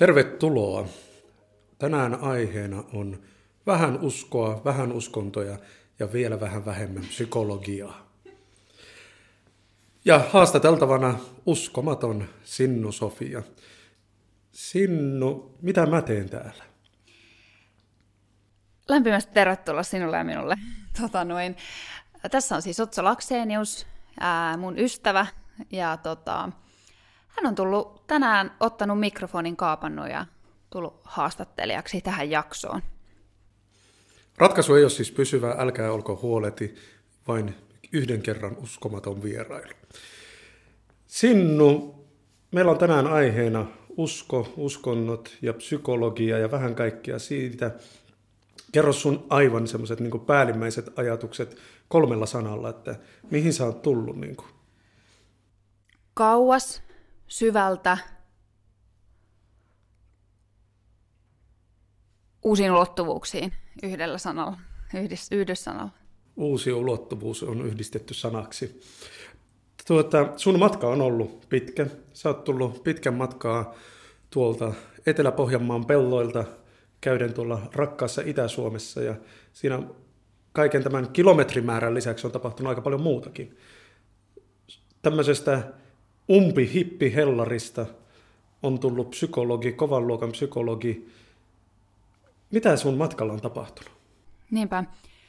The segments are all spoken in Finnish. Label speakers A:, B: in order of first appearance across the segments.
A: Tervetuloa. Tänään aiheena on vähän uskoa, vähän uskontoja ja vielä vähän vähemmän psykologiaa. Ja haastateltavana uskomaton Sinnu Sofia. Sinnu, mitä mä teen täällä?
B: Lämpimästi tervetuloa sinulle ja minulle. Tässä on siis Otso Laksenius, mun ystävä, ja hän on tullut tänään ottanut mikrofonin kaapannut ja tullut haastattelijaksi tähän jaksoon.
A: Ratkaisu ei ole siis pysyvä, älkää olko huoleti, vain yhden kerran uskomaton vierailu. Sinnu, meillä on tänään aiheena usko, uskonnot ja psykologia ja vähän kaikkea siitä. Kerro sun aivan semmoiset niin kuin päällimmäiset ajatukset 3 sanalla, että mihin sä oot tullut? Niin kuin?
B: Kauas, syvältä, uusiin ulottuvuuksiin yhdellä sanalla, yhdessä sanalla.
A: Uusi ulottuvuus on yhdistetty sanaksi. Sun matka on ollut pitkä. Sä oot tullut pitkän matkaa tuolta Etelä-Pohjanmaan pelloilta, käyden tuolla rakkaassa Itä-Suomessa, ja siinä kaiken tämän kilometrimäärän lisäksi on tapahtunut aika paljon muutakin. Tämmöisestä umpi-hippi-hellarista on tullut psykologi, kovan luokan psykologi. Mitä sun matkalla on tapahtunut?
B: Niinpä.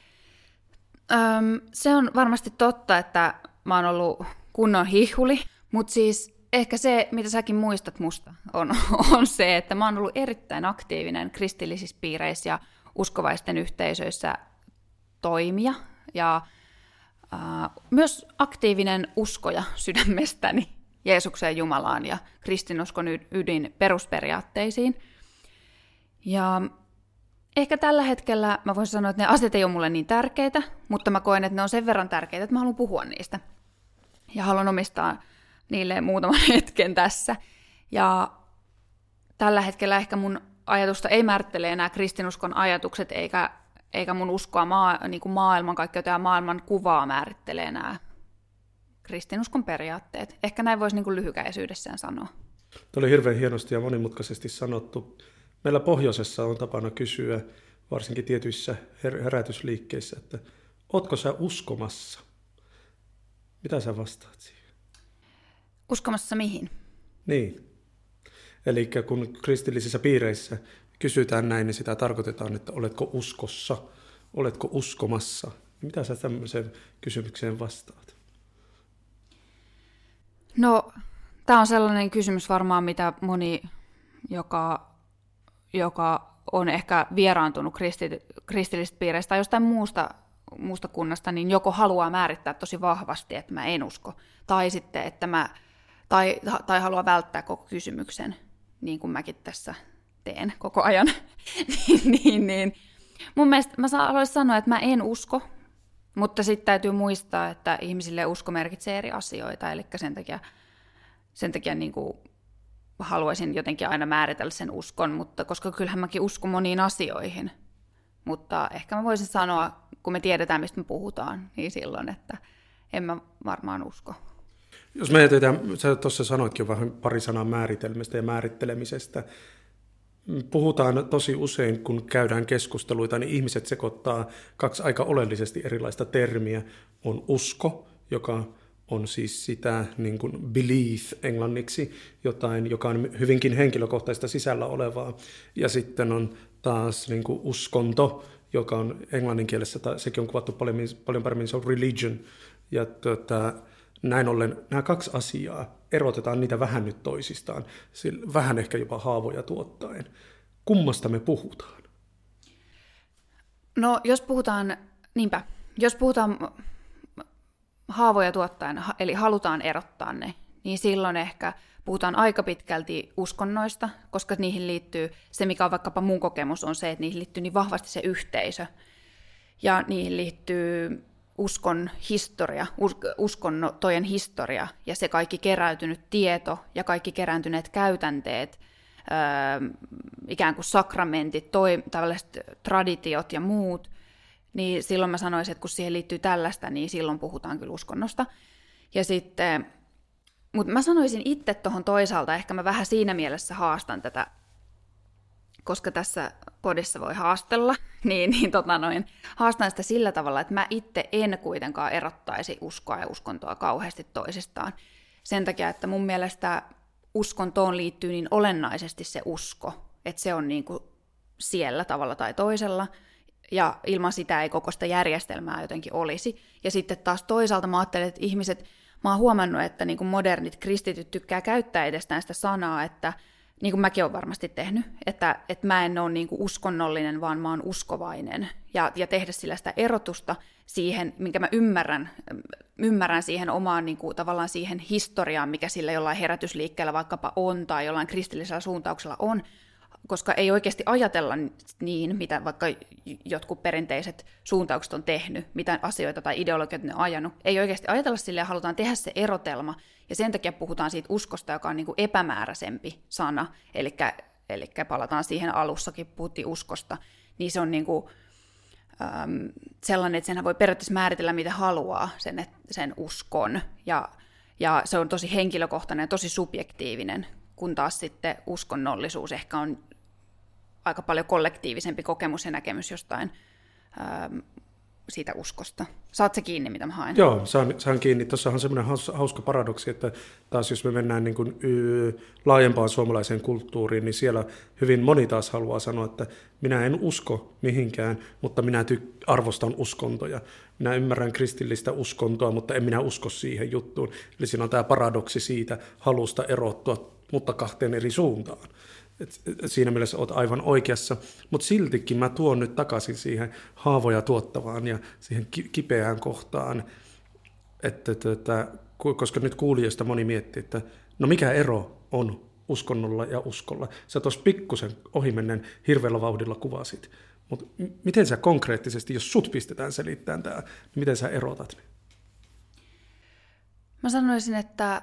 B: Se on varmasti totta, että mä oon ollut kunnon hihuli, mutta siis ehkä se, mitä säkin muistat musta, on se, että mä oon ollut erittäin aktiivinen kristillisissä piireissä ja uskovaisten yhteisöissä toimija, ja myös aktiivinen uskoja sydämestäni Jeesukseen, Jumalaan ja kristinuskon ydin perusperiaatteisiin. Ja ehkä tällä hetkellä mä voisin sanoa, että ne asiat ei ole mulle niin tärkeitä, mutta mä koen, että ne on sen verran tärkeitä, että mä haluan puhua niistä. Ja haluan omistaa niille muutaman hetken tässä. Ja tällä hetkellä ehkä mun ajatusta ei määrittele enää kristinuskon ajatukset, eikä mun uskoa niin kuin maailmankaikkeutta ja maailman kuvaa määrittelee enää kristinuskon periaatteet. Ehkä näin voisi niin kuin lyhykäisyydessään sanoa.
A: Tuo oli hirveän hienosti ja monimutkaisesti sanottu. Meillä pohjoisessa on tapana kysyä, varsinkin tietyissä herätysliikkeissä, että ootko sä uskomassa? Mitä sä vastaat siihen?
B: Uskomassa mihin?
A: Niin. Eli kun kristillisissä piireissä kysytään näin, niin sitä tarkoitetaan, että oletko uskossa, oletko uskomassa. Mitä sä tämmöiseen kysymykseen vastaat?
B: No, tämä on sellainen kysymys varmaan, mitä moni, joka on ehkä vieraantunut kristillisistä piireistä tai jostain muusta kunnasta, niin joko haluaa määrittää tosi vahvasti, että mä en usko, tai sitten, että tai haluaa välttää koko kysymyksen, niin kuin mäkin tässä teen koko ajan. niin. Mun mielestä mä haluaisin sanoa, että mä en usko, mutta sitten täytyy muistaa, että ihmisille usko merkitsee eri asioita, eli sen takia niin kuin haluaisin jotenkin aina määritellä sen uskon, mutta koska kyllähän mäkin uskon moniin asioihin. Mutta ehkä mä voisin sanoa, kun me tiedetään, mistä me puhutaan, niin silloin, että en mä varmaan usko.
A: Jos me jätetään, sä tuossa sanoitkin vähän pari sanaa määritelmästä ja määrittelemisestä. Puhutaan tosi usein, kun käydään keskusteluita, niin ihmiset sekoittaa 2 aika oleellisesti erilaista termiä. On usko, joka on siis sitä niin kuin belief englanniksi, jotain, joka on hyvinkin henkilökohtaista sisällä olevaa. Ja sitten on taas niin kuin uskonto, joka on englannin kielessä, sekin on kuvattu paljon paremmin, se on religion. Ja näin ollen nämä 2 asiaa, erotetaan niitä vähän nyt toisistaan, vähän ehkä jopa haavoja tuottaen. Kummasta me puhutaan?
B: No jos puhutaan haavoja tuottaen, eli halutaan erottaa ne, niin silloin ehkä puhutaan aika pitkälti uskonnoista, koska niihin liittyy, se mikä on vaikkapa mun kokemus on se, että niihin liittyy niin vahvasti se yhteisö. Ja niihin liittyy uskon historia, uskontojen historia ja se kaikki keräytynyt tieto ja kaikki kerääntyneet käytänteet, ikään kuin sakramentit, tällaiset traditiot ja muut, niin silloin mä sanoisin, että kun siihen liittyy tällaista, niin silloin puhutaan kyllä uskonnosta. Ja sitten, mutta mä sanoisin itse tuohon toisaalta, ehkä mä vähän siinä mielessä haastan tätä koska tässä podissa voi haastella, haastan sitä sillä tavalla, että mä itse en kuitenkaan erottaisi uskoa ja uskontoa kauheasti toisistaan. Sen takia, että mun mielestä uskontoon liittyy niin olennaisesti se usko, että se on niin kuin siellä tavalla tai toisella, ja ilman sitä ei koko sitä järjestelmää jotenkin olisi. Ja sitten taas toisaalta mä ajattelen, että mä oon huomannut, että niin kuin modernit kristityt tykkää käyttää edestään sitä sanaa, että niin kuin mäkin olen varmasti tehnyt, että mä en ole niin kuin uskonnollinen, vaan mä oon uskovainen. Ja tehdä sillä sitä erotusta siihen, minkä mä ymmärrän siihen omaan niin kuin, tavallaan siihen historiaan, mikä sillä jollain herätysliikkeellä vaikkapa on, tai jollain kristillisellä suuntauksella on, koska ei oikeasti ajatella niin, mitä vaikka jotkut perinteiset suuntaukset on tehnyt, mitä asioita tai ideologioita ne on ajanut. Ei oikeasti ajatella sille ja halutaan tehdä se erotelma, ja sen takia puhutaan siitä uskosta, joka on niin kuin epämääräisempi sana, eli palataan siihen alussakin, puhuttiin uskosta, niin se on niin kuin, sellainen, että senhän voi periaatteessa määritellä, mitä haluaa, sen uskon, ja se on tosi henkilökohtainen ja tosi subjektiivinen, kun taas sitten uskonnollisuus ehkä on aika paljon kollektiivisempi kokemus ja näkemys jostain siitä uskosta. Saat sä kiinni, mitä mä haen?
A: Joo, saan kiinni. Tuossahan on semmoinen hauska paradoksi, että taas jos me mennään niin kuin laajempaan suomalaiseen kulttuuriin, niin siellä hyvin moni taas haluaa sanoa, että minä en usko mihinkään, mutta minä arvostan uskontoja. Minä ymmärrän kristillistä uskontoa, mutta en minä usko siihen juttuun. Eli siinä on tämä paradoksi siitä halusta erottua, mutta kahteen eri suuntaan. Siinä mielessä olet aivan oikeassa, mutta siltikin mä tuon nyt takaisin siihen haavoja tuottavaan ja siihen kipeään kohtaan, koska nyt kuulijoista moni miettii, että no mikä ero on uskonnolla ja uskolla. Sä tuossa pikkusen ohimennen hirveällä vauhdilla kuvasit, mutta miten sä konkreettisesti, jos sut pistetään selittämään tämä, niin miten sä erotat?
B: Mä sanoisin, että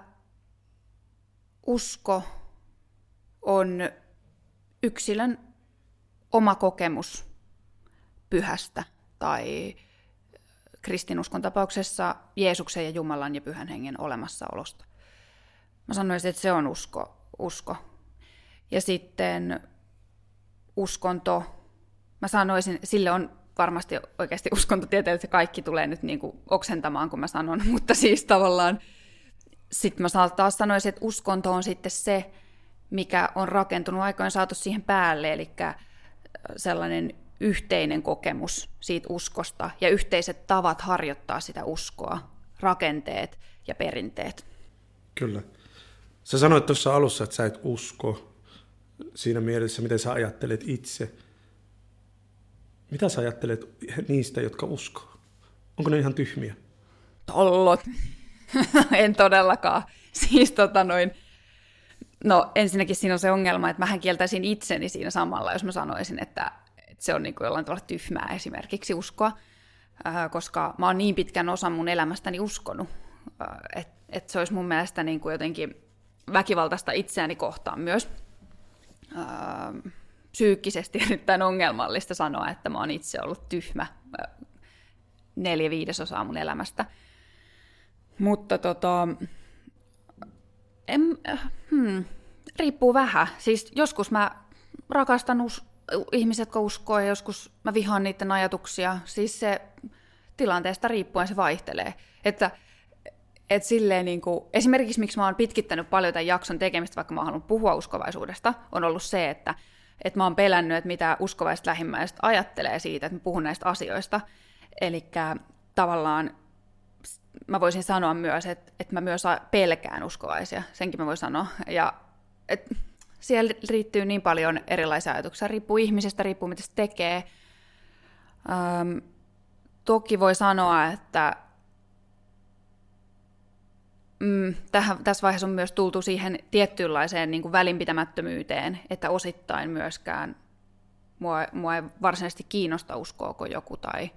B: usko on yksilön oma kokemus pyhästä tai kristinuskon tapauksessa Jeesuksen ja Jumalan ja Pyhän Hengen olemassaolosta. Mä sanoisin, että se on usko. Ja sitten uskonto, mä sanoisin, sille on varmasti oikeasti uskontotieteelliset, että kaikki tulee nyt niin kuin oksentamaan, kun mä sanon, mutta siis tavallaan sitten mä taas sanoisin, että uskonto on sitten se, mikä on rakentunut aikojen saatu siihen päälle, eli sellainen yhteinen kokemus siitä uskosta ja yhteiset tavat harjoittaa sitä uskoa, rakenteet ja perinteet.
A: Kyllä. Sä sanoit tuossa alussa, että sä et usko siinä mielessä, miten sä ajattelet itse. Mitä sä ajattelet niistä, jotka uskoo? Onko ne ihan tyhmiä?
B: Tollot. En todellakaan. Siis No ensinnäkin siinä on se ongelma, että mähän kieltäisin itseni siinä samalla, jos mä sanoisin, että se on niin kuin jollain tavalla tyhmää esimerkiksi uskoa, koska mä oon niin pitkän osan mun elämästäni uskonut, että se olisi mun mielestä niin kuin jotenkin väkivaltaista itseäni kohtaan myös. Psyykkisesti erittäin ongelmallista sanoa, että mä oon itse ollut tyhmä 4/5 mun elämästä. Mutta riippuu vähän. Siis joskus mä rakastan ihmiset, jotka uskoo, ja joskus mä vihaan niiden ajatuksia. Siis se tilanteesta riippuen se vaihtelee. Että silleen niin kuin, esimerkiksi miksi mä oon pitkittänyt paljon tämän jakson tekemistä, vaikka mä oon halunnut puhua uskovaisuudesta, on ollut se, että mä oon pelännyt, että mitä uskovaiset lähimmäiset ajattelee siitä, että mä puhun näistä asioista. Elikkä tavallaan mä voisin sanoa myös, että mä myös pelkään uskovaisia, senkin mä voin sanoa. Ja siellä riittyy niin paljon erilaisia ajatuksia, riippuu ihmisestä, riippuu mitä se tekee. Toki voi sanoa, että tässä vaiheessa on myös tultu siihen tiettyynlaiseen niin kuin välinpitämättömyyteen, että osittain myöskään mua ei varsinaisesti kiinnosta uskoako joku tai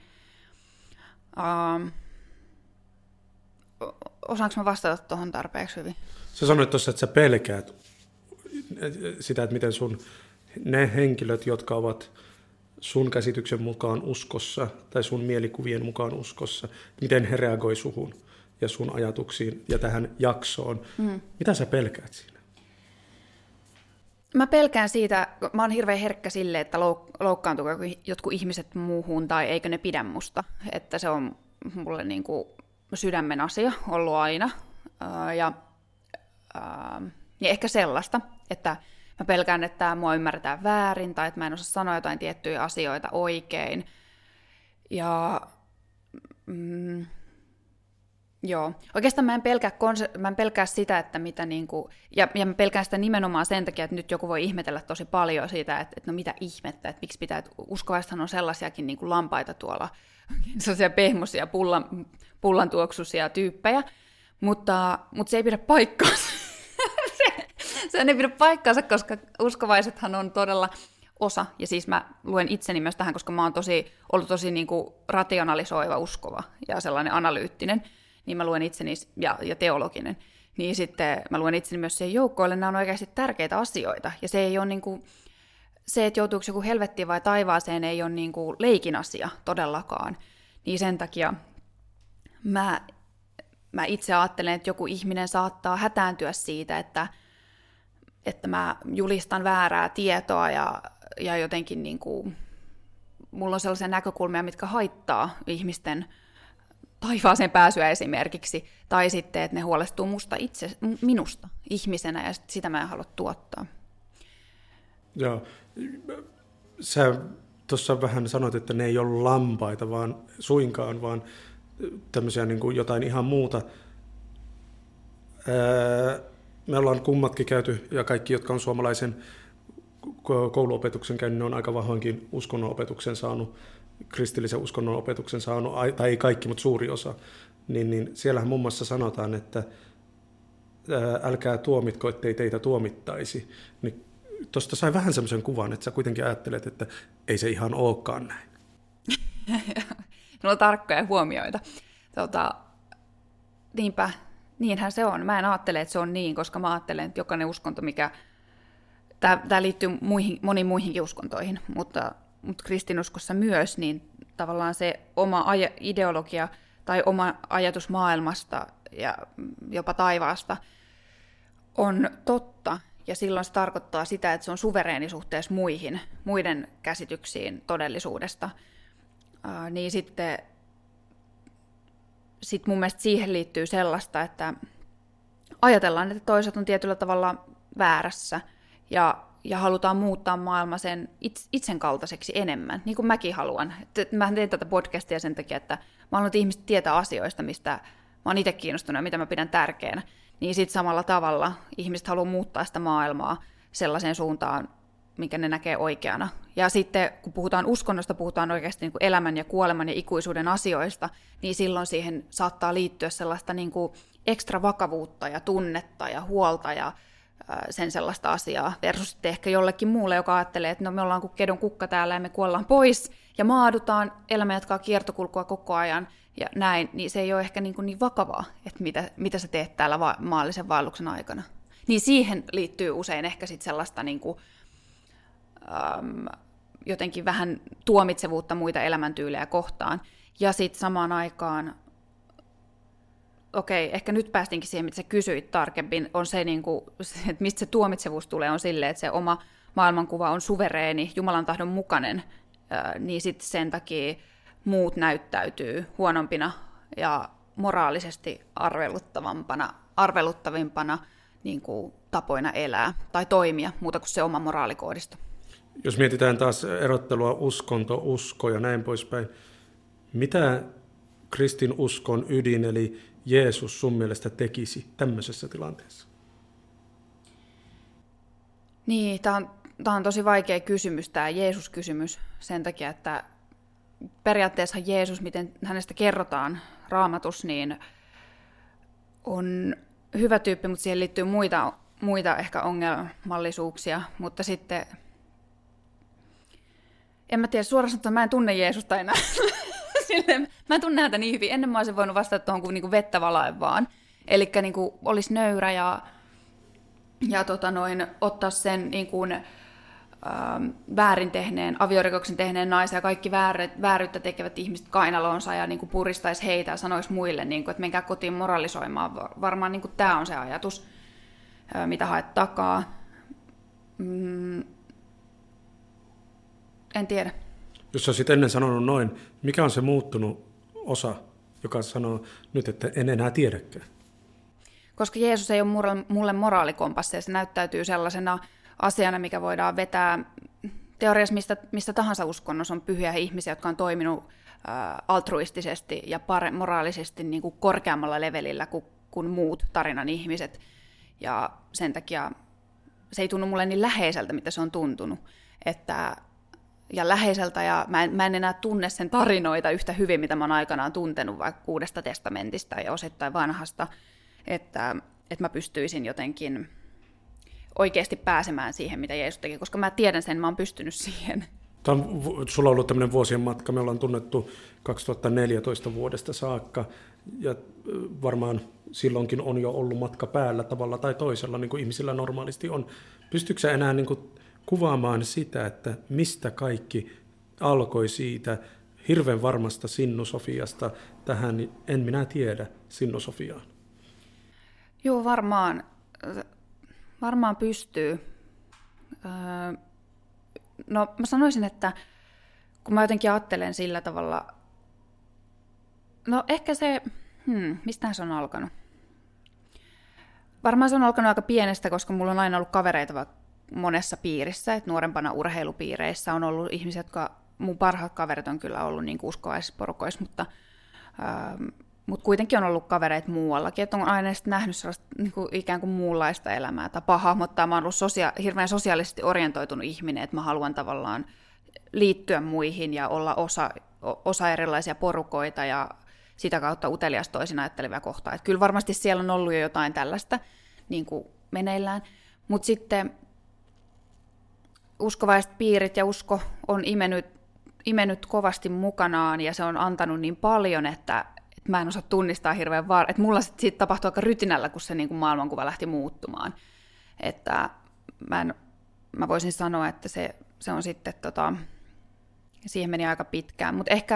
B: osaanko mä vastata tuohon tarpeeksi hyvin?
A: Sä sanoit tuossa, että sä pelkäät sitä, että miten ne henkilöt, jotka ovat sun käsityksen mukaan uskossa tai sun mielikuvien mukaan uskossa, miten he reagoi suhun ja sun ajatuksiin ja tähän jaksoon. Mitä sä pelkäät siinä?
B: Mä pelkään siitä, mä oon hirveän herkkä sille, että loukkaantuuko jotkut ihmiset muuhun tai eikö ne pidä musta. Että se on mulle niin kuin sydämen asia ollut aina. Ja ehkä sellaista, että mä pelkään, että mua ymmärretään väärin tai että mä en osaa sanoa jotain tiettyjä asioita oikein. Ja joo, oikeastaan mä en pelkää sitä, että mitä niinku, ja mä pelkään sitä nimenomaan sen takia, että nyt joku voi ihmetellä tosi paljon siitä, että no mitä ihmettä, että miksi pitää, että uskovaisethan on sellaisiakin niinku lampaita tuolla, sellaisia pehmoisia pullantuoksuisia tyyppejä, mutta se ei pidä paikkaansa. se ei pidä paikkaansa, koska uskovaisethan on todella osa, ja siis mä luen itseni myös tähän, koska mä oon ollut tosi niinku rationalisoiva uskova ja sellainen analyyttinen, niin mä luen itseni, ja teologinen, niin sitten mä luen itseni myös siihen joukkoille, nämä on oikeasti tärkeitä asioita, ja se ei ole niinku, se, että joutuuko joku helvettiin vai taivaaseen, ei ole niinku leikin asia todellakaan, niin sen takia mä itse ajattelen, että joku ihminen saattaa hätääntyä siitä, että mä julistan väärää tietoa, ja jotenkin niinku, mulla on sellaisia näkökulmia, mitkä haittaa ihmisten taivaaseen pääsyä esimerkiksi, tai sitten, että ne huolestuu minusta ihmisenä, ja sitä mä en halua tuottaa.
A: Joo, sä tuossa vähän sanoit, että ne ei ollut lampaita, vaan suinkaan, vaan tämmöisiä niin kuin jotain ihan muuta. Me ollaan kummatkin käyty, ja kaikki, jotka on suomalaisen kouluopetuksen käynyt, ne on aika vahvankin uskonnonopetuksen saanut, kristillisen uskonnon opetuksen saanut, tai ei kaikki, mutta suuri osa, niin siellähän muun muassa sanotaan, että älkää tuomitko, ettei teitä tuomittaisi. Niin tuosta sai vähän semmoisen kuvan, että sä kuitenkin ajattelet, että ei se ihan olekaan näin.
B: No on tarkkoja huomioita. Niinpä, niinhän se on. Mä en ajattele, että se on niin, koska mä ajattelen, että jokainen uskonto, tämä liittyy moniin muihinkin uskontoihin, mutta kristinuskossa myös, niin tavallaan se oma ideologia tai oma ajatus maailmasta ja jopa taivaasta on totta, ja silloin se tarkoittaa sitä, että se on suvereeni suhteessa muiden käsityksiin todellisuudesta. Niin sitten mun mielestä siihen liittyy sellaista, että ajatellaan, että toiset on tietyllä tavalla väärässä, ja halutaan muuttaa maailma sen itsen kaltaiseksi enemmän, niin kuin mäkin haluan. Mä teen tätä podcastia sen takia, että mä haluan, että ihmiset tietää asioista, mistä mä oon itse kiinnostunut ja mitä mä pidän tärkeänä. Niin sitten samalla tavalla ihmiset haluaa muuttaa sitä maailmaa sellaiseen suuntaan, minkä ne näkee oikeana. Ja sitten kun puhutaan uskonnosta, puhutaan oikeasti niin kuin elämän ja kuoleman ja ikuisuuden asioista, niin silloin siihen saattaa liittyä sellaista niin kuin ekstra vakavuutta ja tunnetta ja huolta ja sen sellaista asiaa, versus sitten ehkä jollekin muulle, joka ajattelee, että no me ollaan kuin kedon kukka täällä ja me kuollaan pois ja maadutaan, elämä jatkaa kiertokulkua koko ajan ja näin, niin se ei ole ehkä niin vakavaa, että mitä sä teet täällä maallisen vaelluksen aikana. Niin siihen liittyy usein ehkä sitten sellaista niin kuin, jotenkin vähän tuomitsevuutta muita elämäntyylejä kohtaan. Ja sitten samaan aikaan, okei, ehkä nyt päästinkin siihen, mitä sä kysyit tarkemmin, on se, niin kuin, että mistä se tuomitsevuus tulee, on silleen, että se oma maailmankuva on suvereeni, Jumalan tahdon mukainen, niin sitten sen takia muut näyttäytyy huonompina ja moraalisesti arveluttavimpana niin kuin tapoina elää tai toimia, muuta kuin se oma moraalikoodisto.
A: Jos mietitään taas erottelua uskonto, usko ja näin poispäin, mitä kristinuskon ydin eli Jeesus sun mielestä tekisi tämmöisessä tilanteessa?
B: Niin, tämä on tosi vaikea kysymys, tämä Jeesus-kysymys, sen takia, että periaatteessa Jeesus, miten hänestä kerrotaan Raamatus, niin on hyvä tyyppi, mutta siihen liittyy muita ehkä ongelmallisuuksia, mutta sitten en mä tiedä, suoraan sanottuna mä en tunne Jeesusta enää. Mä en tunne häntä niin hyvin. Ennen mä olisin voinut vastata tuohon kuin vettä valaen vaan. Eli niin olisi nöyrä ja ottaa sen niin kuin, väärin tehneen, aviorikoksen tehneen naisen ja kaikki vääryyttä tekevät ihmiset kainaloonsa ja niin kuin puristaisi heitä ja sanoisi muille, niin kuin, että menkää kotiin moralisoimaan. Varmaan niin kuin tämä on se ajatus, mitä haet takaa. En tiedä.
A: Jos olisit ennen sanonut noin, mikä on se muuttunut osa, joka sanoo nyt, että en enää tiedäkään?
B: Koska Jeesus ei ole mulle moraalikompassi, ja se näyttäytyy sellaisena asiana, mikä voidaan vetää teoriassa mistä tahansa uskonnossa on pyhiä ihmisiä, jotka on toiminut altruistisesti ja moraalisesti niin kuin korkeammalla levelillä kuin muut tarinan ihmiset. Ja sen takia se ei tunnu mulle niin läheiseltä, mitä se on tuntunut. Ja läheiseltä, ja mä en enää tunne sen tarinoita yhtä hyvin, mitä mä oon aikanaan tuntenut vaikka Uudesta testamentista ja osittain vanhasta, että mä pystyisin jotenkin oikeasti pääsemään siihen, mitä Jeesus teki, koska mä tiedän sen, mä oon pystynyt siihen.
A: Sulla on ollut tämmöinen vuosien matka, me ollaan tunnettu 2014 vuodesta saakka, ja varmaan silloinkin on jo ollut matka päällä tavalla tai toisella, niin kuin ihmisillä normaalisti on. Pystytkö sä enää niin kuin kuvaamaan sitä, että mistä kaikki alkoi siitä hirveän varmasta sinnosofiasta tähän en minä tiedä sinnosofiaan?
B: Joo, varmaan pystyy. No mä sanoisin, että kun mä jotenkin ajattelen sillä tavalla, no ehkä se, mistähän se on alkanut? Varmaan se on alkanut aika pienestä, koska mulla on aina ollut kavereita monessa piirissä, että nuorempana urheilupiireissä on ollut ihmisiä, jotka mun parhaat kaverit on kyllä ollut niin kuin uskovaisissa porukoissa, mutta kuitenkin on ollut kavereita muuallakin, että on aina sitten nähnyt sellaista niin kuin ikään kuin muunlaista elämää, tapaa hahmottaa. Mä oon ollut hirveän sosiaalisesti orientoitunut ihminen, että mä haluan tavallaan liittyä muihin ja olla osa erilaisia porukoita ja sitä kautta utelias toisin ajattelevia kohtaa. Että kyllä varmasti siellä on ollut jo jotain tällaista niin kuin meneillään, mutta sitten uskovaiset piirit ja usko on imennyt kovasti mukanaan ja se on antanut niin paljon, että mä en osaa tunnistaa hirveän että mulla siitä tapahtui aika rytinällä, kun se niin kuin maailmankuva lähti muuttumaan. Että mä voisin sanoa, että se on sitten, siihen meni aika pitkään. Mutta ehkä,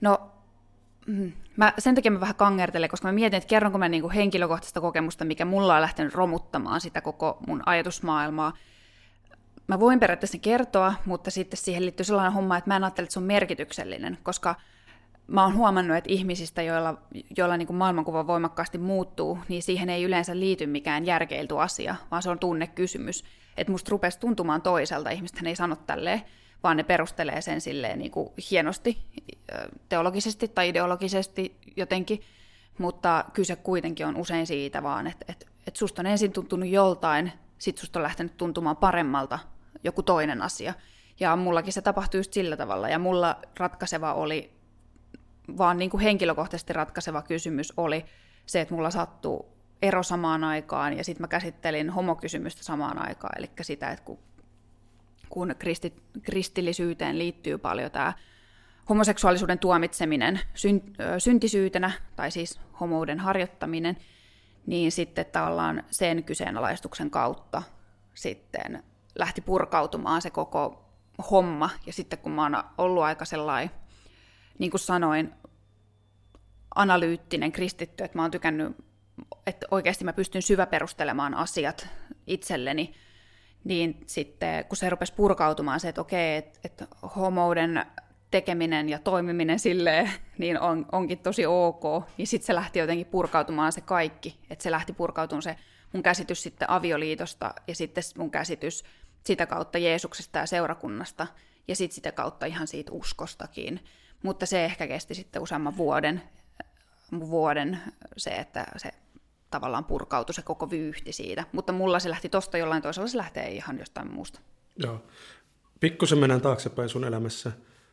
B: sen takia mä vähän kangertelen, koska mä mietin, että kerronko mä niin kuin henkilökohtaista kokemusta, mikä mulla on lähtenyt romuttamaan sitä koko mun ajatusmaailmaa. Mä voin periaatteessa kertoa, mutta sitten siihen liittyy sellainen homma, että mä en ajattele, että se on merkityksellinen, koska mä oon huomannut, että ihmisistä, joilla niin kuin maailmankuva voimakkaasti muuttuu, niin siihen ei yleensä liity mikään järkeilty asia, vaan se on tunnekysymys. Että musta rupesi tuntumaan toiselta, ihmiset ei sano tälleen, vaan ne perustelee sen silleen niin kuin hienosti, teologisesti tai ideologisesti jotenkin, mutta kyse kuitenkin on usein siitä vaan, että susta on ensin tuntunut joltain, sit susta on lähtenyt tuntumaan paremmalta joku toinen asia. Ja mullakin se tapahtui just sillä tavalla, ja mulla ratkaiseva oli, vaan niin kuin henkilökohtaisesti ratkaiseva kysymys oli se, että mulla sattuu ero samaan aikaan, ja sitten mä käsittelin homokysymystä samaan aikaan, eli sitä, että kun kristillisyyteen liittyy paljon tämä homoseksuaalisuuden tuomitseminen syntisyytenä, tai siis homouden harjoittaminen, niin sitten tavallaan sen kyseenalaistuksen kautta sitten lähti purkautumaan se koko homma, ja sitten kun mä oon ollut aika sellainen, niin kuin sanoin, analyyttinen kristitty, että mä oon tykännyt, että oikeasti mä pystyn syväperustelemaan asiat itselleni, niin sitten kun se rupesi purkautumaan se, että okei, että homouden tekeminen ja toimiminen silleen, niin onkin tosi ok, niin sitten se lähti jotenkin purkautumaan se kaikki, että se lähti purkautumaan se mun käsitys sitten avioliitosta ja sitten mun käsitys sitä kautta Jeesuksesta ja seurakunnasta ja sitten sitä kautta ihan siitä uskostakin. Mutta se ehkä kesti sitten useamman vuoden se, että se tavallaan purkautui se koko vyyhti siitä. Mutta mulla se lähti tosta jollain toisella, se lähtee ihan jostain muusta.
A: Joo. Pikkusen mennään taaksepäin sun elämässä.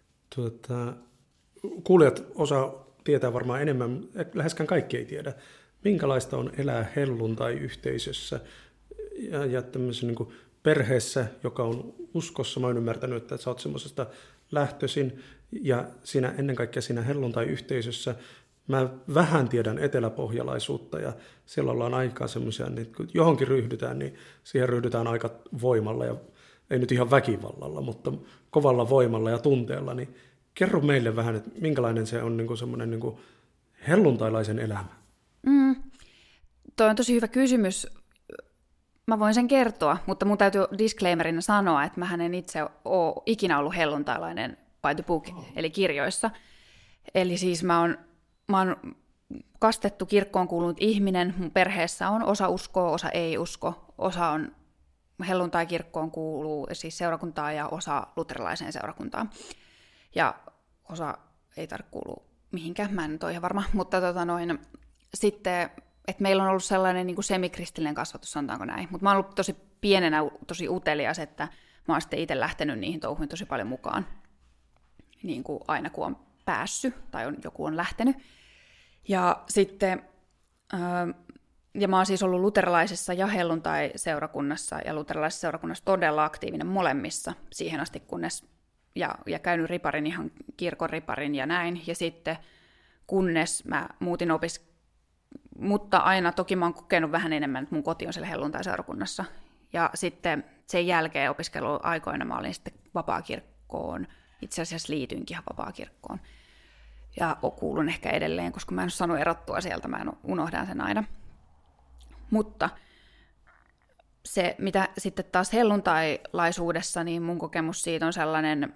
A: Kuulijat osaa tietää varmaan enemmän, läheskään kaikki ei tiedä, minkälaista on elää helluntai-yhteisössä ja tämmöisessä niin kuin perheessä, joka on uskossa. Mä oon ymmärtänyt, että sä oot semmoisesta lähtöisin ja ennen kaikkea siinä helluntai-yhteisössä mä vähän tiedän eteläpohjalaisuutta ja siellä ollaan aikaa semmoisia, että kun johonkin ryhdytään, niin siihen ryhdytään aika voimalla ja ei nyt ihan väkivallalla, mutta kovalla voimalla ja tunteella, niin kerro meille vähän, että minkälainen se on niin kuin semmoinen niin kuin helluntailaisen elämä?
B: Toi on tosi hyvä kysymys. mä voin sen kertoa, mutta mun täytyy disclaimerina sanoa, että mähän en itse ole ikinä ollut helluntailainen by the book, eli kirjoissa. Eli siis mä oon kastettu kirkkoon kuulunut ihminen, mun perheessä on osa uskoo, osa ei usko, osa on helluntai-kirkkoon kuuluu siis seurakuntaa ja osa luterilaiseen seurakuntaan. Ja osa ei tarvitse kuulua mihinkään, mä en nyt ole ihan varma, mutta sitten, että meillä on ollut sellainen niin kuin semikristillinen kasvatus, sanotaanko näin, mutta mä oon ollut tosi pienenä, tosi utelias, että mä oon sitten itse lähtenyt niihin touhuihin tosi paljon mukaan, niin kuin aina kun on päässyt tai joku on lähtenyt. Ja sitten, ja mä oon siis ollut luterilaisessa ja helluntai-seurakunnassa ja luterilaisessa seurakunnassa todella aktiivinen molemmissa siihen asti, kunnes, ja käynyt riparin, ihan kirkon riparin ja näin, ja sitten kunnes mä muutin mutta aina toki mä oon kokenut vähän enemmän, että mun koti on siellä helluntai-seurakunnassa. Ja sitten sen jälkeen opiskeluaikoina mä olin sitten vapaakirkkoon, itse asiassa liityinkin ihan vapaakirkkoon. Ja kuulun ehkä edelleen, koska mä en ole saanut erottua sieltä, mä unohdan sen aina. Mutta se, mitä sitten taas helluntailaisuudessa, niin mun kokemus siitä on sellainen,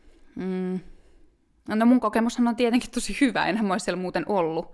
B: no mun kokemushan on tietenkin tosi hyvä, enhän mä olisi siellä muuten ollut.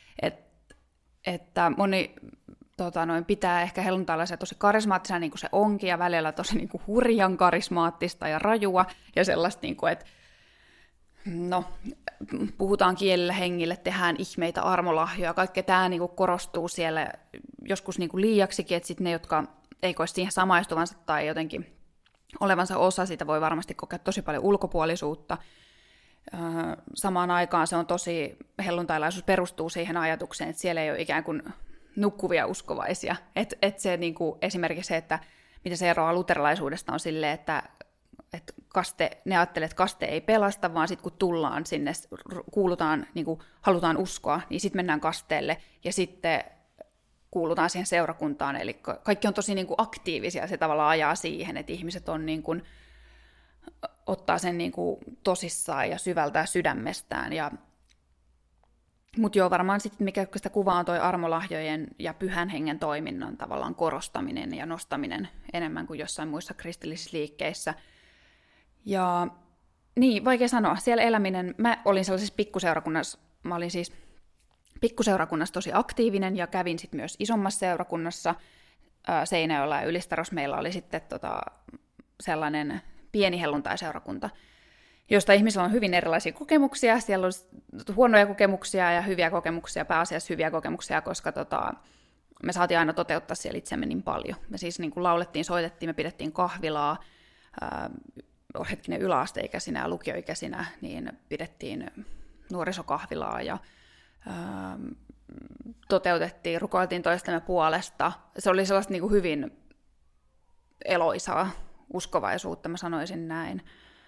B: Että moni pitää ehkä helluntailaisia tosi karismaattisena, niin kuin se onkin, ja välillä tosi niin kuin hurjan karismaattista ja rajua, ja sellaista, niin kuin, että no, puhutaan kielellä hengille, tehdään ihmeitä, armolahjoja, kaikkea tämä niin kuin korostuu siellä joskus niin kuin liiaksikin, että sitten ne, jotka ei koe siihen samaistuvansa tai jotenkin olevansa osa, sitä voi varmasti kokea tosi paljon ulkopuolisuutta. Samaan aikaan se on tosi, helluntailaisuus perustuu siihen ajatukseen, että siellä ei ole ikään kuin nukkuvia uskovaisia. Et se niin kuin, esimerkiksi se, että mitä se eroaa luterilaisuudesta on silleen, että ne ajattelee, että kaste ei pelasta, vaan sitten kun tullaan sinne, kuulutaan, niin kuin halutaan uskoa, niin sitten mennään kasteelle ja sitten kuulutaan siihen seurakuntaan. Eli kaikki on tosi niin kuin aktiivisia, se tavallaan ajaa siihen, että ihmiset on niin kuin, ottaa sen niin kuin tosissaan ja syvältä sydämestään. Mutta joo, varmaan sitten mikä sitä kuvaa on toi armolahjojen ja pyhän hengen toiminnan tavallaan korostaminen ja nostaminen enemmän kuin jossain muissa kristillisissä liikkeissä. Ja niin, vaikea sanoa. Siellä eläminen, mä olin sellaisessa pikkuseurakunnassa tosi aktiivinen ja kävin sitten myös isommassa seurakunnassa. Seinäjoella ja Ylistarossa meillä oli sitten sellainen pieni helluntai-seurakunta, josta ihmisillä on hyvin erilaisia kokemuksia. Siellä on huonoja kokemuksia ja hyviä kokemuksia, pääasiassa hyviä kokemuksia, koska me saatiin aina toteuttaa siellä itsemme niin paljon. Me siis niin kuin laulettiin, soitettiin, me pidettiin kahvilaa, yläasteikäisinä ja lukioikäisinä, niin pidettiin nuorisokahvilaa ja toteutettiin, rukoiltiin toistemme puolesta. Se oli sellaista niin kuin hyvin eloisaa uskovaisuutta, mä sanoisin näin.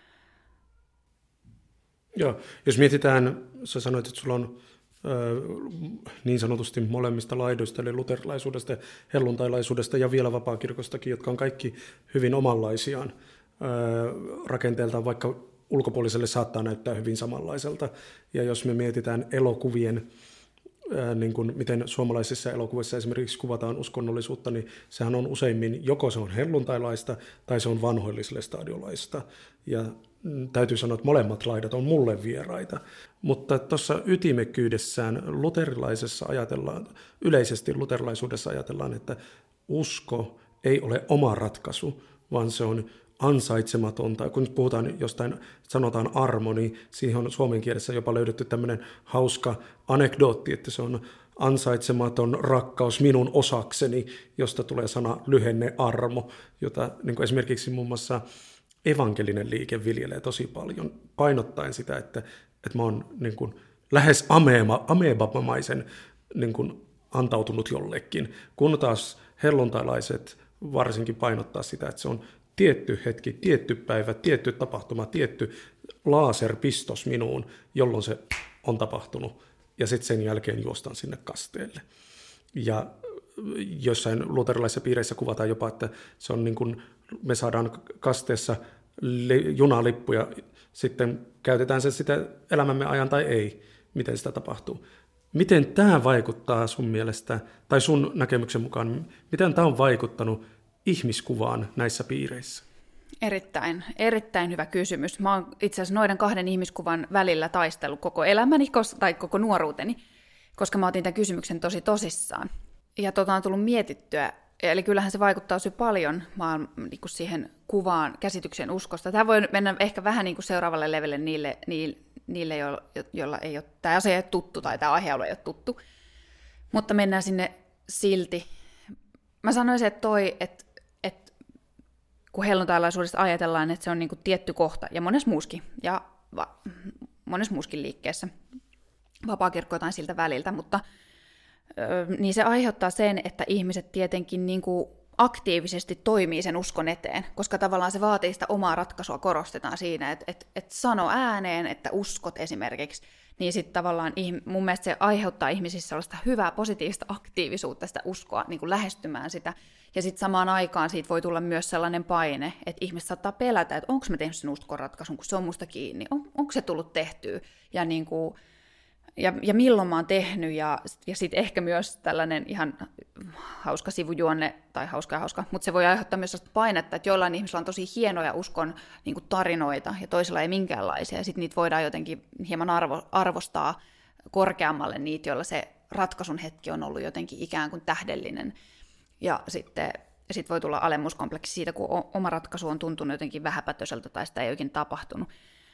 A: Joo, jos mietitään, sä sanoit, että sulla on niin sanotusti molemmista laidoista, eli luterilaisuudesta, helluntailaisuudesta ja vielä vapaakirkostakin, jotka on kaikki hyvin omanlaisiaan rakenteeltaan, vaikka ulkopuoliselle saattaa näyttää hyvin samanlaiselta. Ja jos me mietitään elokuvien, niin kuin miten suomalaisissa elokuvissa esimerkiksi kuvataan uskonnollisuutta, niin sehän on useimmin, joko se on helluntailaista tai se on vanhoilliselle stadiolaista. Ja täytyy sanoa, että molemmat laidat on mulle vieraita. Mutta tuossa ytimekkyydessään yleisesti luterilaisuudessa ajatellaan, että usko ei ole oma ratkaisu, vaan se on ansaitsematonta. Kun nyt puhutaan jostain, sanotaan armo, niin siihen on suomen kielessä jopa löydetty tämmöinen hauska anekdootti, että se on ansaitsematon rakkaus minun osakseni, josta tulee sana lyhenne armo, jota niin kuin esimerkiksi muun muassa evankelinen liike viljelee tosi paljon, painottaen sitä, että mä oon niin kuin lähes amebamaisen niin kuin antautunut jollekin, kun taas helluntailaiset varsinkin painottaa sitä, että se on tietty hetki, tietty päivä, tietty tapahtuma, tietty laserpistos minuun, jolloin se on tapahtunut, ja sitten sen jälkeen juostaan sinne kasteelle. Ja jossain luterilaisissa piireissä kuvataan jopa, että se on niin kuin me saadaan kasteessa junalippu ja sitten käytetään se sitä elämämme ajan tai ei, miten sitä tapahtuu. Miten tämä vaikuttaa sun mielestä, tai sun näkemyksen mukaan, miten tämä on vaikuttanut ihmiskuvaan näissä piireissä?
B: Erittäin hyvä kysymys. Mä oon itse asiassa noiden 2 ihmiskuvan välillä taistellut koko elämäni tai koko nuoruuteni, koska mä otin tämän kysymyksen tosi tosissaan. Ja on tullut mietittyä, eli kyllähän se vaikuttaa tosi paljon niin kuin siihen kuvaan, käsitykseen uskosta. Tämä voi mennä ehkä vähän niin kuin seuraavalle levelle niille joilla ei ole, tämä asia ei ole tuttu tai tämä aihealue ei ole tuttu, mutta mennään sinne silti. Mä sanoisin, että kun helluntailaisuudesta ajatellaan, että se on niin kuin tietty kohta, ja monessa muuskin liikkeessä, vapaakirkko jotain siltä väliltä, mutta niin se aiheuttaa sen, että ihmiset tietenkin niin kuin aktiivisesti toimii sen uskon eteen, koska tavallaan se vaatii sitä omaa ratkaisua, korostetaan siinä, että sano ääneen, että uskot esimerkiksi, niin sitten tavallaan mun mielestä se aiheuttaa ihmisissä sellaista hyvää, positiivista aktiivisuutta, sitä uskoa niin kuin lähestymään sitä, ja sitten samaan aikaan siitä voi tulla myös sellainen paine, että ihmiset saattaa pelätä, että onko mä tehnyt sen uskonratkaisun, kun se on musta kiinni, onko se tullut tehtyä, ja niin kuin ja milloin mä oon tehnyt, ja sitten ehkä myös tällainen ihan hauska sivujuonne, tai hauska, mutta se voi aiheuttaa myös sellaista painetta, että joillain ihmisillä on tosi hienoja uskon niin kuin tarinoita, ja toisilla ei minkäänlaisia, ja sitten niitä voidaan jotenkin hieman arvostaa korkeammalle niitä, joilla se ratkaisun hetki on ollut jotenkin ikään kuin tähdellinen, ja sitten voi tulla alemmuuskompleksi siitä, kun oma ratkaisu on tuntunut jotenkin vähäpätöiseltä, tai sitä ei oikein tapahtunut.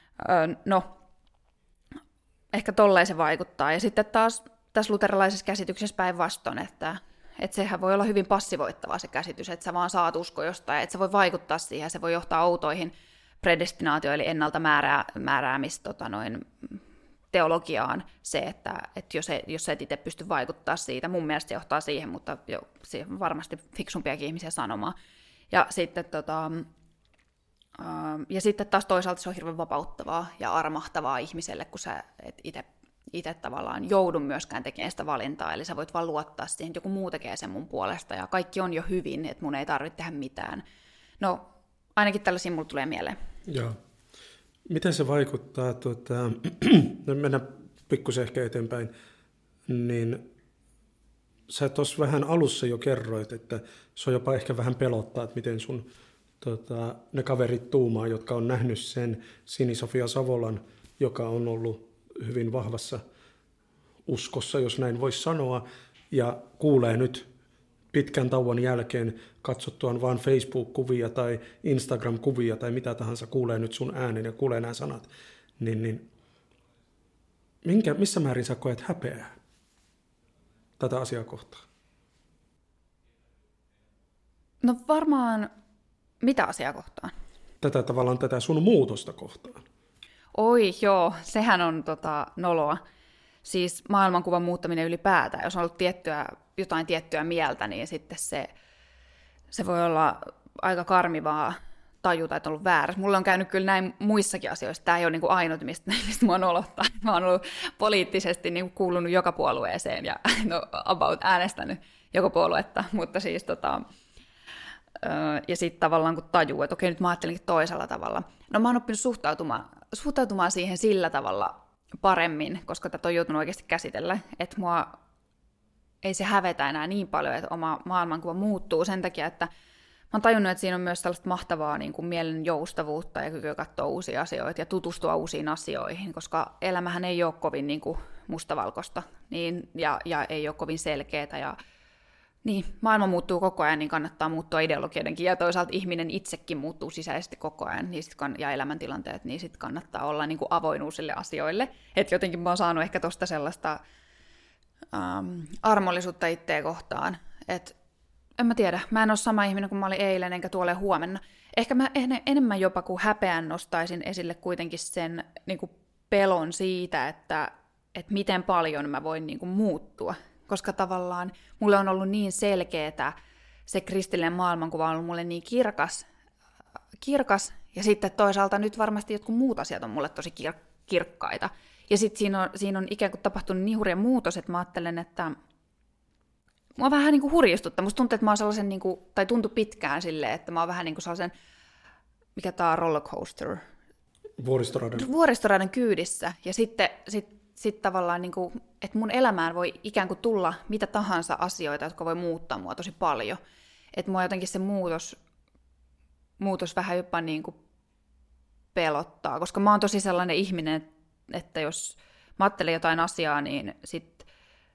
B: Ehkä tolleen se vaikuttaa. Ja sitten taas tässä luterilaisessa käsityksessä päinvastoin, että sehän voi olla hyvin passivoittavaa se käsitys, että sä vaan saat uskoa jostain, että se voi vaikuttaa siihen, se voi johtaa outoihin predestinaatio, eli ennalta teologiaan se, että jos sä et itse pysty vaikuttaa siitä, mun mielestä se johtaa siihen, mutta se on varmasti fiksumpiakin ihmisiä sanomaan. Ja sitten taas toisaalta se on hirveän vapauttavaa ja armahtavaa ihmiselle, kun sä et itse tavallaan joudu myöskään tekemään sitä valintaa, eli sä voit vaan luottaa siihen, että joku muu tekee sen mun puolesta, ja kaikki on jo hyvin, että mun ei tarvitse tehdä mitään. No, ainakin tällaisia mulle tulee mieleen.
A: Joo. Miten se vaikuttaa, mennään pikkusen ehkä eteenpäin, niin sä tuossa vähän alussa jo kerroit, että se on jopa ehkä vähän pelottaa, että miten sun ne kaverit tuumaa, jotka on nähnyt sen Sini-Sofia Savolan, joka on ollut hyvin vahvassa uskossa, jos näin voisi sanoa, ja kuulee nyt pitkän tauon jälkeen katsottuaan vaan Facebook-kuvia tai Instagram-kuvia tai mitä tahansa, kuulee nyt sun äänen ja kuulee nämä sanat, niin missä määrin sä koet häpeää tätä asiaa kohtaan?
B: No varmaan mitä asiaa kohtaan?
A: Tätä sun muutosta kohtaan.
B: Oi joo, sehän on noloa. Siis maailmankuvan muuttaminen ylipäätään. Jos on ollut jotain tiettyä mieltä, niin sitten se voi olla aika karmivaa tajuta, että on ollut väärässä. Mulla on käynyt kyllä näin muissakin asioissa. Tämä ei ole niin kuin ainut, mistä mua nolottaa. Mä oon ollut poliittisesti niin kuin kuulunut joka puolueeseen ja about äänestänyt joka puoluetta, mutta siis ja sitten tavallaan kun tajuu, että okei, nyt mä ajattelinkin toisella tavalla. No mä oon oppinut suhtautumaan siihen sillä tavalla paremmin, koska tätä on joutunut oikeasti käsitellä, että mua ei se hävetä enää niin paljon, että oma maailmankuva muuttuu sen takia, että mä oon tajunnut, että siinä on myös tällaista mahtavaa niin kuin mielen joustavuutta ja kykyä katsoa uusia asioita ja tutustua uusiin asioihin, koska elämähän ei ole kovin niin kuin mustavalkoista niin, ja ei ole kovin selkeätä ja niin, maailma muuttuu koko ajan, niin kannattaa muuttua ideologioidenkin, ja toisaalta ihminen itsekin muuttuu sisäisesti koko ajan, niin ja elämäntilanteet, niin sitten kannattaa olla niin kuin avoin uusille asioille. Että jotenkin mä oon saanut ehkä tosta sellaista armollisuutta itseä kohtaan, että en mä tiedä, mä en ole sama ihminen kuin mä olin eilen, enkä tuolle huomenna. Ehkä mä enemmän jopa kuin häpeän nostaisin esille kuitenkin sen niin kuin pelon siitä, että miten paljon mä voin niin kuin muuttua. Koska tavallaan mulle on ollut niin selkeätä, se kristillinen maailmankuva on ollut mulle niin kirkas, ja sitten toisaalta nyt varmasti jotkut muut asiat on mulle tosi kirkkaita. Ja sitten siinä on ikään kuin tapahtunut niin hurja muutos, että mä ajattelen, että mua vähän niin kuin hurjistuttaa. Musta tuntuu, että mä oon sellaisen, niin kuin, tai tuntui pitkään silleen, että mä oon vähän niin kuin sellaisen, mikä tää on rollercoaster? Vuoristoradan kyydissä, ja sitten tavallaan, niin kuin, että mun elämään voi ikään kuin tulla mitä tahansa asioita, jotka voi muuttaa mua tosi paljon. Että mua jotenkin se muutos vähän jopa niin kuin pelottaa, koska mä oon tosi sellainen ihminen, että jos mä ajattelen jotain asiaa, niin sit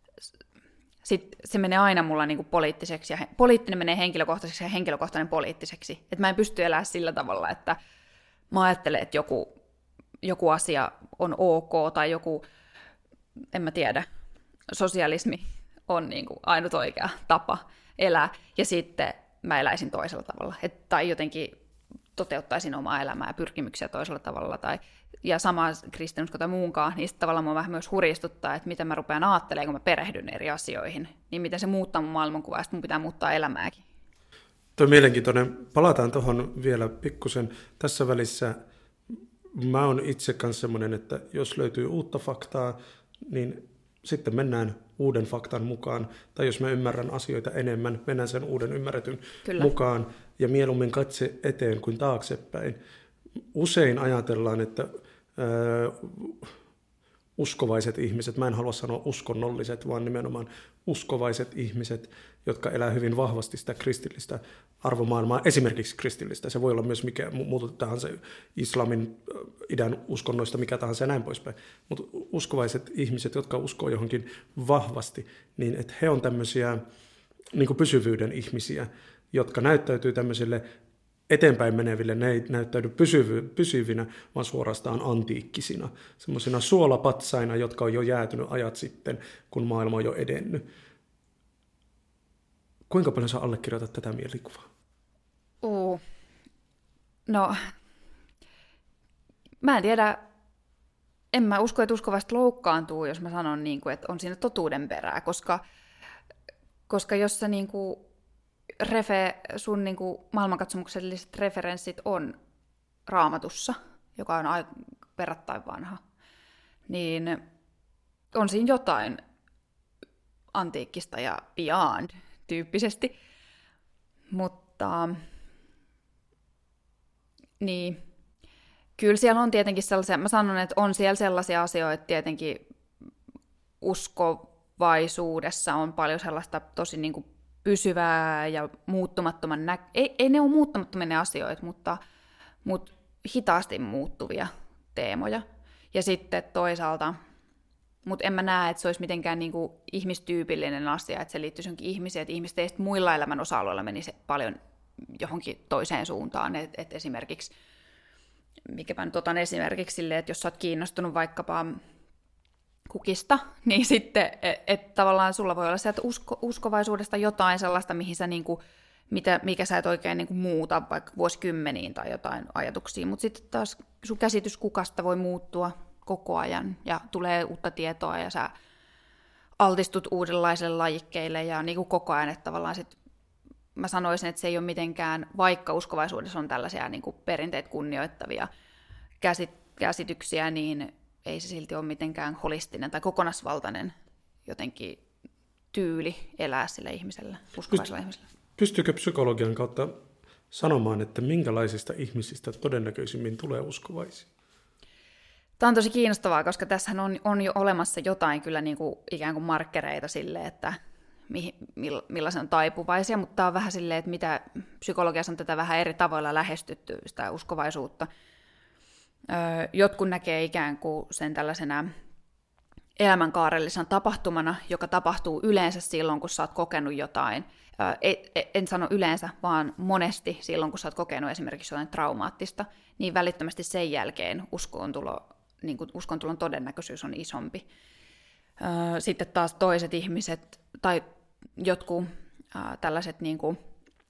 B: se menee aina mulla niin kuin poliittiseksi, ja poliittinen menee henkilökohtaiseksi ja henkilökohtainen poliittiseksi. Että mä en pysty elämään sillä tavalla, että mä ajattelen, että joku asia on ok, tai joku, en mä tiedä, sosialismi on niin kuin ainut oikea tapa elää, ja sitten mä eläisin toisella tavalla. Tai jotenkin toteuttaisin omaa elämää ja pyrkimyksiä toisella tavalla, ja sama kristinusko tai muunkaan, niin sitten tavallaan mua vähän myös hurjistuttaa, että miten mä rupean ajattelemaan, kun mä perehdyn eri asioihin, niin miten se muuttaa mun maailmankuvaa, ja sitten mun pitää muuttaa elämääkin.
A: Tuo on mielenkiintoinen. Palataan tuohon vielä pikkusen. Tässä välissä mä oon itse kanssa semmoinen, että jos löytyy uutta faktaa, niin sitten mennään uuden faktan mukaan. Tai jos mä ymmärrän asioita enemmän, mennään sen uuden ymmärretyn mukaan. Ja mieluummin katse eteen kuin taaksepäin. Usein ajatellaan, että uskovaiset ihmiset, mä en halua sanoa uskonnolliset, vaan nimenomaan uskovaiset ihmiset, jotka elää hyvin vahvasti sitä kristillistä arvomaailmaa, esimerkiksi kristillistä. Se voi olla myös mikä muuta tahansa islamin, idän uskonnoista, mikä tahansa ja näin poispäin. Mutta uskovaiset ihmiset, jotka uskoo johonkin vahvasti, niin että he on tämmöisiä niin kuin pysyvyyden ihmisiä, jotka näyttäytyy tämmöisille eteenpäin meneville, ne ei näyttäydy pysyvinä, vaan suorastaan antiikkisina. Semmoisina suolapatsaina, jotka on jo jäätynyt ajat sitten, kun maailma on jo edennyt. Kuinka paljon sä allekirjoitat tätä mielikuvaa?
B: No, mä en tiedä, en mä usko, että uskovaiset loukkaantuu, jos mä sanon, niin kuin, että on siinä totuuden perää, koska jos sä niin kuin sun niin kuin maailmankatsomukselliset referenssit on Raamatussa, joka on verrattain vanha, niin on siinä jotain antiikkista ja beyond tyyppisesti. Mutta niin, kyllä siellä on tietenkin sellaisia, mä sanon, että on siellä sellaisia asioita tietenkin uskovaisuudessa on paljon sellaista tosi niin kuin pysyvää ja muuttumattoman ei ne ole muuttumattomia ne asioita, mutta hitaasti muuttuvia teemoja. Ja sitten toisaalta, mutta en mä näe, että se olisi mitenkään niinku ihmistyypillinen asia, että se liittyisi johonkin ihmisiin, että ihmiset ei muilla elämän osa-alueilla menisi paljon johonkin toiseen suuntaan. Et esimerkiksi, mikäpä nyt otan esimerkiksi silleen, että jos sä oot kiinnostunut vaikkapa kukista, niin sitten, että tavallaan sulla voi olla sieltä uskovaisuudesta jotain sellaista, mihin sä niinku, mikä sä et oikein niinku muuta vaikka vuosikymmeniin tai jotain ajatuksia, mutta sitten taas sun käsitys kukasta voi muuttua koko ajan ja tulee uutta tietoa ja sä altistut uudenlaisille lajikkeille ja niinku koko ajan, että tavallaan sit mä sanoisin, että se ei ole mitenkään, vaikka uskovaisuudessa on tällaisia niinku perinteet kunnioittavia käsityksiä, niin ei se silti ole mitenkään holistinen tai kokonaisvaltainen jotenkin tyyli elää sillä ihmisellä, uskovaisella ihmisellä.
A: Pystyykö psykologian kautta sanomaan, että minkälaisista ihmisistä todennäköisimmin tulee uskovaisia?
B: Tämä on tosi kiinnostavaa, koska tässähän on jo olemassa jotain kyllä niin kuin ikään kuin markkereita sille, että millaisen on taipuvaisia, mutta tämä on vähän silleen, että mitä psykologiassa on tätä vähän eri tavoilla lähestytty, sitä uskovaisuutta. Jotkut näkee ikään kuin sen tällaisena elämänkaarellisena tapahtumana, joka tapahtuu yleensä silloin, kun sä oot kokenut jotain. En sano yleensä, vaan monesti silloin, kun sä oot kokenut esimerkiksi jotain traumaattista, niin välittömästi sen jälkeen uskontulon todennäköisyys on isompi. Sitten taas toiset ihmiset tai jotkut tällaiset niin kuin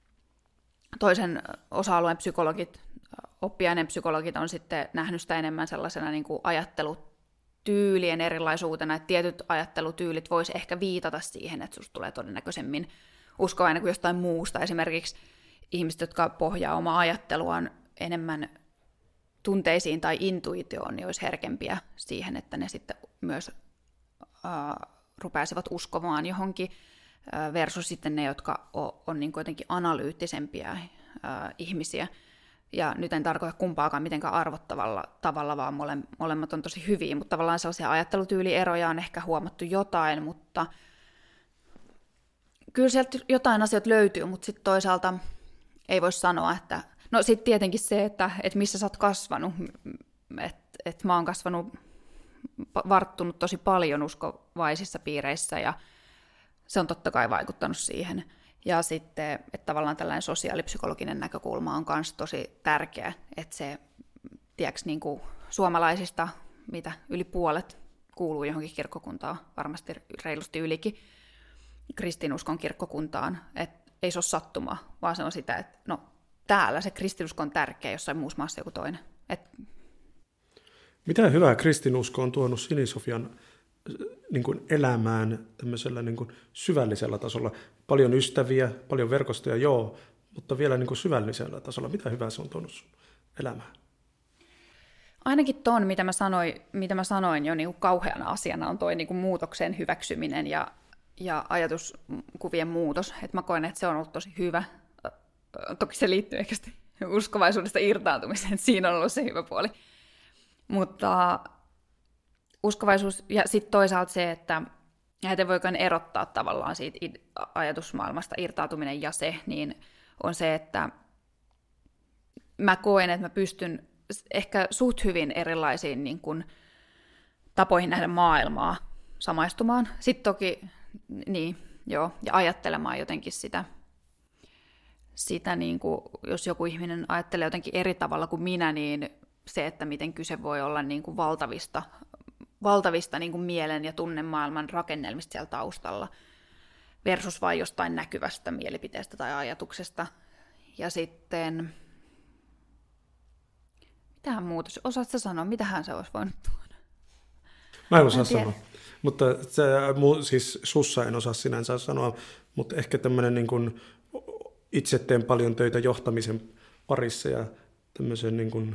B: toisen osa-alueen psykologit, oppiaineen psykologit on sitten nähnyt sitä enemmän sellaisena niin kuin ajattelutyylien erilaisuutena, että tietyt ajattelutyylit voisi ehkä viitata siihen, että susta tulee todennäköisemmin uskovainen kuin jostain muusta. Esimerkiksi ihmiset, jotka pohjaa omaa ajatteluaan enemmän tunteisiin tai intuitioon, niin olisi herkempiä siihen, että ne sitten myös rupeaisivat uskomaan johonkin, versus sitten ne, jotka on niin jotenkin analyyttisempia ihmisiä. Ja nyt en tarkoita kumpaakaan mitenkään arvottavalla tavalla, vaan molemmat on tosi hyviä, mutta tavallaan sellaisia ajattelutyylieroja on ehkä huomattu jotain, mutta kyllä sieltä jotain asioita löytyy, mutta sitten toisaalta ei voi sanoa, että... No sitten tietenkin se, että missä sä oot kasvanut, että mä oon kasvanut, varttunut tosi paljon uskovaisissa piireissä ja se on totta kai vaikuttanut siihen. Ja sitten, että tavallaan tällainen sosiaalipsykologinen näkökulma on myös tosi tärkeä, että se, tiedätkö, niin kuin suomalaisista, mitä yli puolet kuuluu johonkin kirkkokuntaan, varmasti reilusti ylikin, kristinuskon kirkkokuntaan, että ei se ole sattumaa, vaan se on sitä, että no täällä se kristinusko on tärkeä, jossain muussa maassa joku toinen.
A: Mitä hyvää kristinusko on tuonut Sinisofian niin kuin elämään tämmöisellä niin kuin syvällisellä tasolla? Paljon ystäviä, paljon verkostoja, joo, mutta vielä niin kuin syvällisellä tasolla. Mitä hyvää se on tuonut sun elämään?
B: Ainakin ton, mitä mä sanoin jo niin kuin kauheana asiana, on toi niin kuin muutoksen hyväksyminen ja ajatuskuvien muutos. Et mä koen, että se on ollut tosi hyvä. Toki se liittyy ehkä uskovaisuudesta irtaantumiseen, että siinä on ollut se hyvä puoli. Mutta uskovaisuus ja sitten toisaalta se, että heitä voikaan erottaa tavallaan siitä ajatusmaailmasta irtautuminen ja se, niin on se, että mä koen, että mä pystyn ehkä suht hyvin erilaisiin niin kun, tapoihin nähdä maailmaa samaistumaan. Sitten toki, niin, joo, ja ajattelemaan jotenkin sitä niin kuin, jos joku ihminen ajattelee jotenkin eri tavalla kuin minä, niin se, että miten kyse voi olla niin kuin valtavista niin kuin mielen ja tunnemaailman rakennelmista siellä taustalla versus vain jostain näkyvästä mielipiteestä tai ajatuksesta. Ja sitten, mitähän muuta? Osaatko sä sanoa, mitähän se olisi voinut tuoda?
A: Mä en osaa sanoa, mutta siis sussa en osaa sinänsä sanoa, mutta ehkä tämmöinen niin kuin itse teen paljon töitä johtamisen parissa ja tämmöisen niin kuin,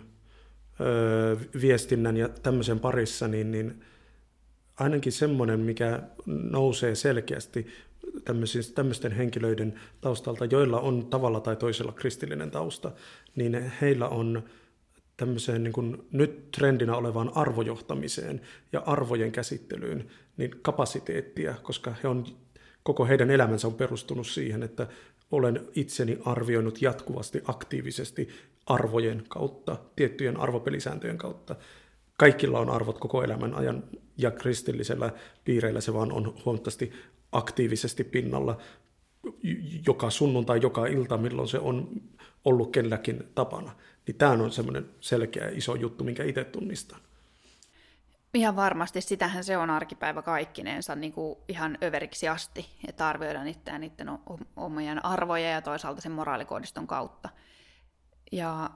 A: viestinnän ja tämmöisen parissa, niin ainakin semmoinen, mikä nousee selkeästi tämmöisten henkilöiden taustalta, joilla on tavalla tai toisella kristillinen tausta, niin heillä on tämmöiseen niin kuin nyt trendinä olevaan arvojohtamiseen ja arvojen käsittelyyn niin kapasiteettia, koska koko heidän elämänsä on perustunut siihen, että olen itseni arvioinut jatkuvasti aktiivisesti arvojen kautta, tiettyjen arvopelisääntöjen kautta. Kaikilla on arvot koko elämän ajan ja kristillisellä piireillä se vaan on huomattavasti aktiivisesti pinnalla joka sunnuntai, joka ilta, milloin se on ollut kenelläkin tapana. Niin tämä on semmoinen selkeä iso juttu, minkä itse tunnistan.
B: Ihan varmasti, sitähän se on arkipäivä kaikkinensa niin kuin ihan överiksi asti, että arvioidaan itseään niiden omien arvoja ja toisaalta sen moraalikoodiston kautta. Ja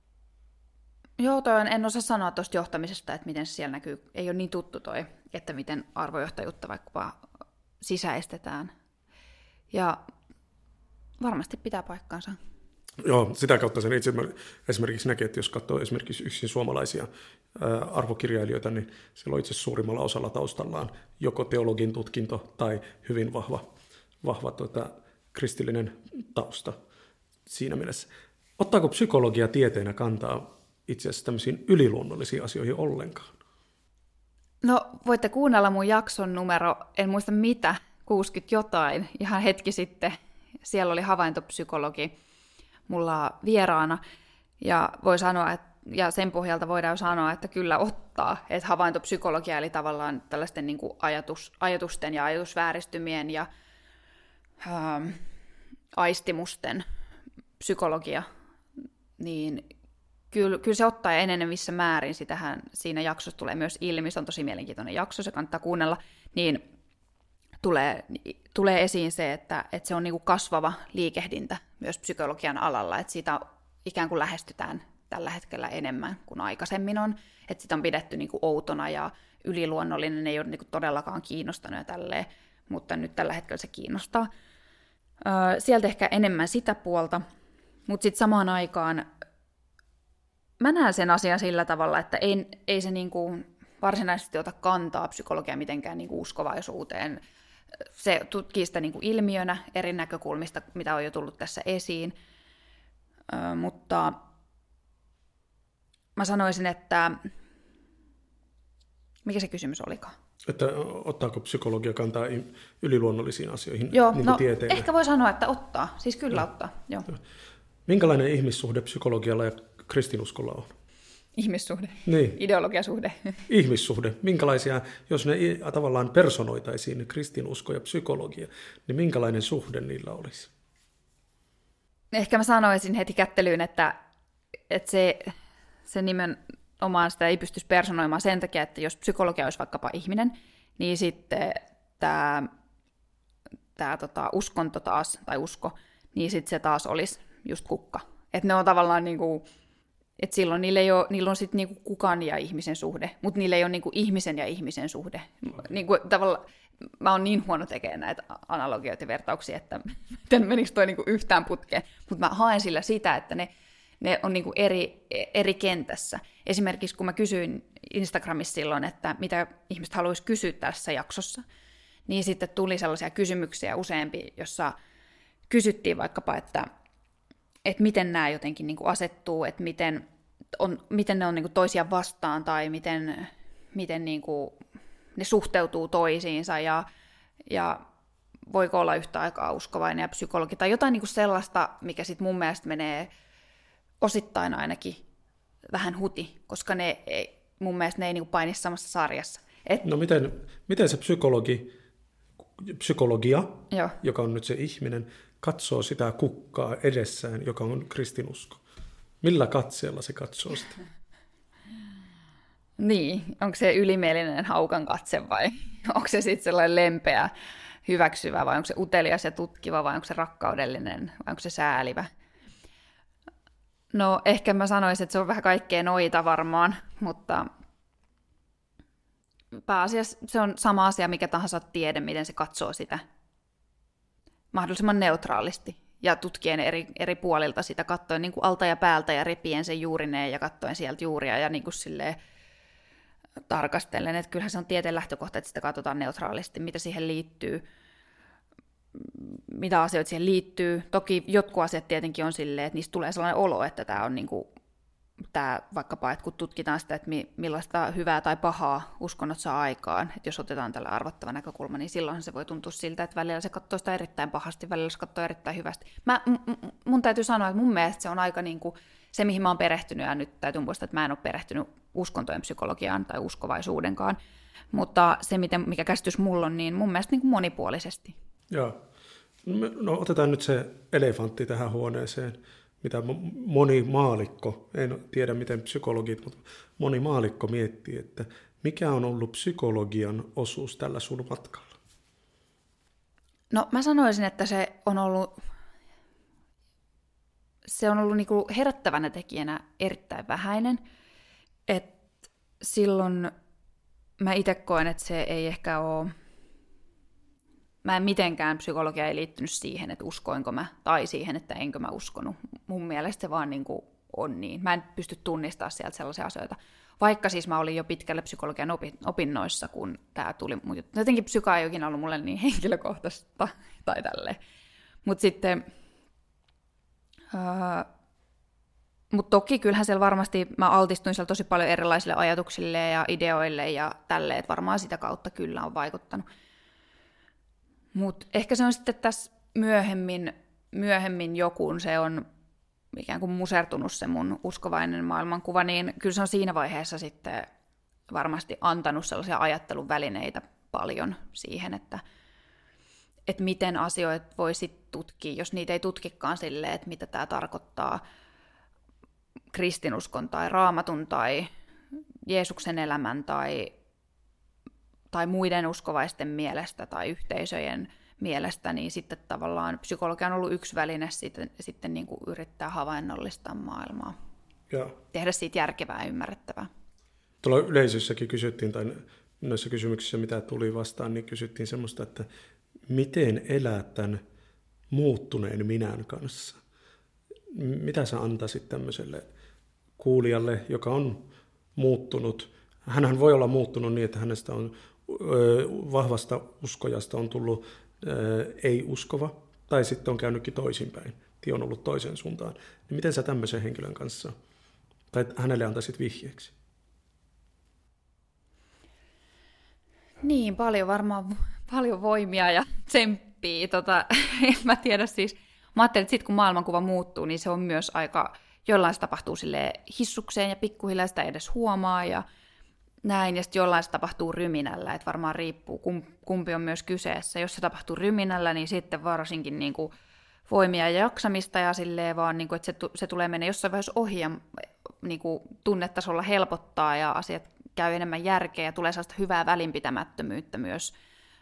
B: joo, en osaa sanoa tuosta johtamisesta, että miten se siellä näkyy. Ei ole niin tuttu toi, että miten arvojohtajuutta vaikkapa sisäistetään. Ja varmasti pitää paikkaansa.
A: Joo, sitä kautta sen itse esimerkiksi näkee, että jos katsoo esimerkiksi yksin suomalaisia arvokirjailijoita, niin siellä on itse suurimmalla osalla taustallaan joko teologin tutkinto tai hyvin vahva kristillinen tausta siinä mielessä. Ottaako psykologia tieteenä kantaa itse asiassa tämmöisiin yliluonnollisiin asioihin ollenkaan?
B: No, voitte kuunnella mun jakson numero, en muista mitä, 60 jotain, ihan hetki sitten. Siellä oli havaintopsykologi mulla vieraana, ja voi sanoa, ja sen pohjalta voidaan sanoa, että kyllä ottaa, että havaintopsykologia, eli tavallaan tällaisten niin kuin ajatusten ja ajatusvääristymien ja aistimusten psykologia, niin kyllä se ottaa ja enenevissä määrin, sitähän siinä jaksossa tulee myös ilmi, se on tosi mielenkiintoinen jakso, se kannattaa kuunnella, niin tulee esiin se, että se on niin kuin kasvava liikehdintä myös psykologian alalla, että siitä ikään kuin lähestytään tällä hetkellä enemmän kuin aikaisemmin on, että sitä on pidetty niin kuin outona ja yliluonnollinen, ei ole niin kuin todellakaan kiinnostanut ja tälleen, mutta nyt tällä hetkellä se kiinnostaa. Sieltä ehkä enemmän sitä puolta, mutta sitten samaan aikaan mä näen sen asian sillä tavalla, että ei se niin kuin varsinaisesti ota kantaa psykologia mitenkään niin kuin uskovaisuuteen. Se tutkii sitä niin kuin ilmiönä eri näkökulmista, mitä on jo tullut tässä esiin, mutta mä sanoisin, että mikä se kysymys olikaan?
A: Että ottaako psykologia kantaa yliluonnollisiin asioihin?
B: Joo,
A: niin
B: no
A: tieteelle?
B: ehkä voi sanoa, että ottaa. Siis kyllä ottaa, joo.
A: Minkälainen ihmissuhde psykologialla ja kristinuskolla on?
B: Ihmissuhde,
A: Niin.
B: ideologiasuhde.
A: Ihmissuhde. Minkälaisia, jos ne tavallaan personoitaisiin, kristinusko ja psykologia, niin minkälainen suhde niillä olisi?
B: Ehkä mä sanoisin heti kättelyyn, että se nimenomaan sitä ei pystyisi personoimaan sen takia, että jos psykologia olisi vaikkapa ihminen, niin sitten tämä uskonto taas, tai usko, niin sitten se taas olisi just kukka. Että ne on tavallaan niinku, että silloin niillä on sitten niinku kukan ja ihmisen suhde, mutta niillä ei ole niinku ihmisen ja ihmisen suhde. Niinku, tavallaan, mä oon niin huono tekemään näitä analogioita ja vertauksia, että menikö toi niinku yhtään putkeen. Mutta mä haen sillä sitä, että ne on niinku eri kentässä. Esimerkiksi kun mä kysyin Instagramissa silloin, että mitä ihmiset haluaisi kysyä tässä jaksossa, niin sitten tuli sellaisia kysymyksiä useampi, jossa kysyttiin vaikkapa, että miten nämä jotenkin niinku asettuu, että miten ne on niinku toisia vastaan tai miten niinku ne suhteutuu toisiinsa ja voiko olla yhtä aikaa uskovainen ja psykologi tai jotain niinku sellaista, mikä sitten mun mielestä menee osittain ainakin vähän huti, koska mun mielestä ne ei niinku paini samassa sarjassa.
A: No miten se psykologia,
B: Joo.
A: joka on nyt se ihminen, katsoo sitä kukkaa edessään, joka on kristinusko? Millä katseella se katsoo sitä?
B: Niin, onko se ylimielinen haukan katse vai onko se sitten sellainen lempeä, hyväksyvä vai onko se utelias ja tutkiva vai onko se rakkaudellinen vai onko se säälivä? No ehkä mä sanoisin, että se on vähän kaikkea noita varmaan, mutta pääasiassa se on sama asia mikä tahansa tiede, miten se katsoo sitä mahdollisimman neutraalisti ja tutkien eri puolilta sitä, katsoen niin kuin alta ja päältä ja repien sen juurineen ja katsoen sieltä juuria ja niin kuin silleen tarkastellen, että kyllähän se on tieteen lähtökohta, että sitä katsotaan neutraalisti, mitä siihen liittyy, mitä asioita siihen liittyy. Toki jotkut asiat tietenkin on silleen, että niistä tulee sellainen olo, että tämä on niin kuin, tämä vaikkapa, että kun tutkitaan sitä, että millaista hyvää tai pahaa uskonnot saa aikaan, että jos otetaan tällä arvottava näkökulma, niin silloin se voi tuntua siltä, että välillä se katsoo sitä erittäin pahasti, välillä se katsoo erittäin hyvästi. Mun täytyy sanoa, että mun mielestä se on aika niin kuin se, mihin mä oon perehtynyt, ja nyt täytyy muistaa, että mä en ole perehtynyt uskontojen psykologiaan tai uskovaisuudenkaan, mutta se, mikä käsitys mulla on, niin mun mielestä niin kuin monipuolisesti.
A: Joo. No otetaan nyt se elefantti tähän huoneeseen, mitä moni maalikko, en tiedä miten psykologit, mutta moni maalikko miettii, että mikä on ollut psykologian osuus tällä sun matkalla?
B: No mä sanoisin, että se on ollut niinku herättävänä tekijänä erittäin vähäinen. Et silloin mä itse koen, että se ei ehkä ole, mä en mitenkään psykologia ei liittynyt siihen, että uskoinko mä, tai siihen, että enkö mä uskonut. Mun mielestä se vaan niinku on niin. Mä en pysty tunnistamaan sieltä sellaisia asioita. Vaikka siis mä olin jo pitkällä psykologian opinnoissa, kun tää tuli. Jotenkin psyka ei ikinä ollut mulle niin henkilökohtaista tai tälleen. Mutta sitten mutta toki kyllähän siellä varmasti, mä altistuin siellä tosi paljon erilaisille ajatuksille ja ideoille ja tälleen, että varmaan sitä kautta kyllä on vaikuttanut. Mutta ehkä se on sitten tässä myöhemmin joku, se on ikään kuin musertunut se mun uskovainen maailmankuva, niin kyllä se on siinä vaiheessa sitten varmasti antanut sellaisia ajattelun välineitä paljon siihen, että miten asioita voi sitten tutkia, jos niitä ei tutkikaan silleen, että mitä tämä tarkoittaa kristinuskon tai raamatun tai Jeesuksen elämän tai muiden uskovaisten mielestä tai yhteisöjen mielestä, niin sitten tavallaan psykologia on ollut yksi väline sitten niin kuin yrittää havainnollistaa maailmaa.
A: Ja
B: tehdä siitä järkevää ja ymmärrettävää.
A: Tuolla yleisössäkin kysyttiin, tai noissa kysymyksissä, mitä tuli vastaan, niin kysyttiin semmoista, että miten elää tämän muuttuneen minän kanssa? Mitä sä antaisit tämmöiselle kuulijalle, joka on muuttunut? Hänhän voi olla muuttunut niin, että hänestä on vahvasta uskojasta on tullut ei-uskova, tai sitten on käynytkin toisinpäin, tie on ollut toiseen suuntaan. Niin miten sä tämmöisen henkilön kanssa, tai hänelle antaisit vihjeeksi?
B: Niin, varmaan paljon voimia ja tsemppii. En mä tiedä siis. Mä ajattelin, että sitten kun maailmankuva muuttuu, niin se on myös aika, jollain se tapahtuu silleen hissukseen ja pikkuhiljaa sitä ei edes huomaa ja näin. Ja sitten jollain se tapahtuu ryminällä, että varmaan riippuu kumpi on myös kyseessä. Jos se tapahtuu ryminällä, niin sitten varsinkin niin kuin voimia ja jaksamista ja silleen vaan, niin kuin, että se tulee mennä jossain vaiheessa ohi ja niin kuin tunnetasolla helpottaa ja asiat käy enemmän järkeä ja tulee sellaista hyvää välinpitämättömyyttä myös.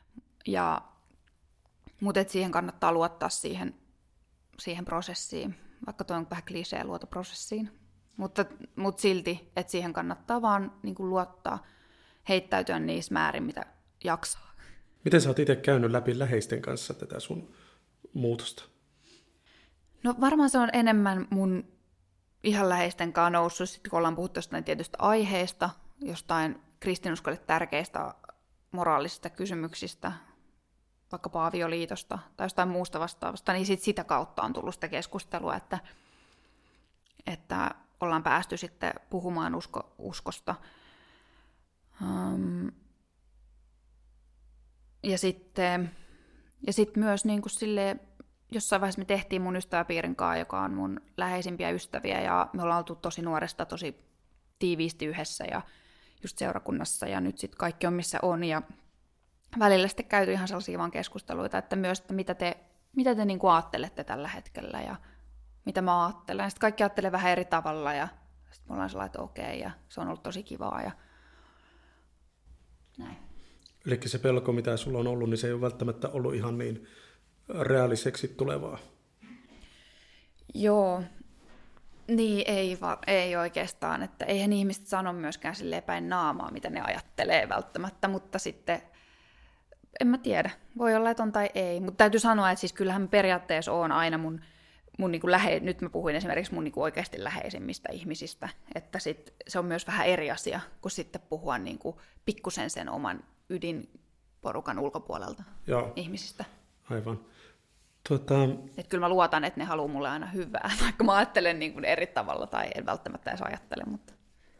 B: Mutta siihen kannattaa luottaa siihen prosessiin, vaikka tuo on vähän klisee luota prosessiin. Mutta silti, että siihen kannattaa vaan niin kuin luottaa, heittäytyä niissä määrin, mitä jaksaa.
A: Miten sä oot itse käynyt läpi läheisten kanssa tätä sun muutosta?
B: No varmaan se on enemmän mun ihan läheisten kanssa noussut, sit kun ollaan puhuttu jostain tietystä aiheesta, jostain kristinuskolle tärkeistä moraalisista kysymyksistä, vaikkapa avioliitosta tai jostain muusta vastaavasta, niin sitä kautta on tullut sitä keskustelua, että ollaan päästy sitten puhumaan uskosta. Ja sitten myös niin kuin silleen, jossain vaiheessa me tehtiin mun ystäväpiirin kanssa, joka on mun läheisimpiä ystäviä, ja me ollaan oltu tosi nuoresta tosi tiiviisti yhdessä ja just seurakunnassa, ja nyt sitten kaikki on missä on, ja välillä sitten käyty ihan sellaisia vaan keskusteluita, että myös, että mitä te niin kuin ajattelette tällä hetkellä, ja mitä mä ajattelen. Sitten kaikki ajattelee vähän eri tavalla, ja sitten me ollaan sellainen, että okei, ja se on ollut tosi kivaa, ja näin.
A: Eli se pelko, mitä sulla on ollut, niin se ei ole välttämättä ollut ihan niin reaaliseksi tulevaa.
B: Joo, niin ei oikeastaan, että eihän ihmiset sano myöskään silleen päin naamaa, mitä ne ajattelee välttämättä, mutta sitten en mä tiedä, voi olla, että on tai ei, mutta täytyy sanoa, että siis kyllähän periaatteessa on aina mun niin kuin nyt mä puhuin esimerkiksi mun niin kuin oikeasti läheisimmistä ihmisistä, että sit se on myös vähän eri asia, kuin sitten puhua niin kuin pikkusen sen oman ydinporukan ulkopuolelta ihmisistä.
A: Aivan.
B: Että kyllä mä luotan, että ne haluaa mulle aina hyvää, vaikka mä ajattelen niin kuin eri tavalla tai en välttämättä edes ajattele. Mutta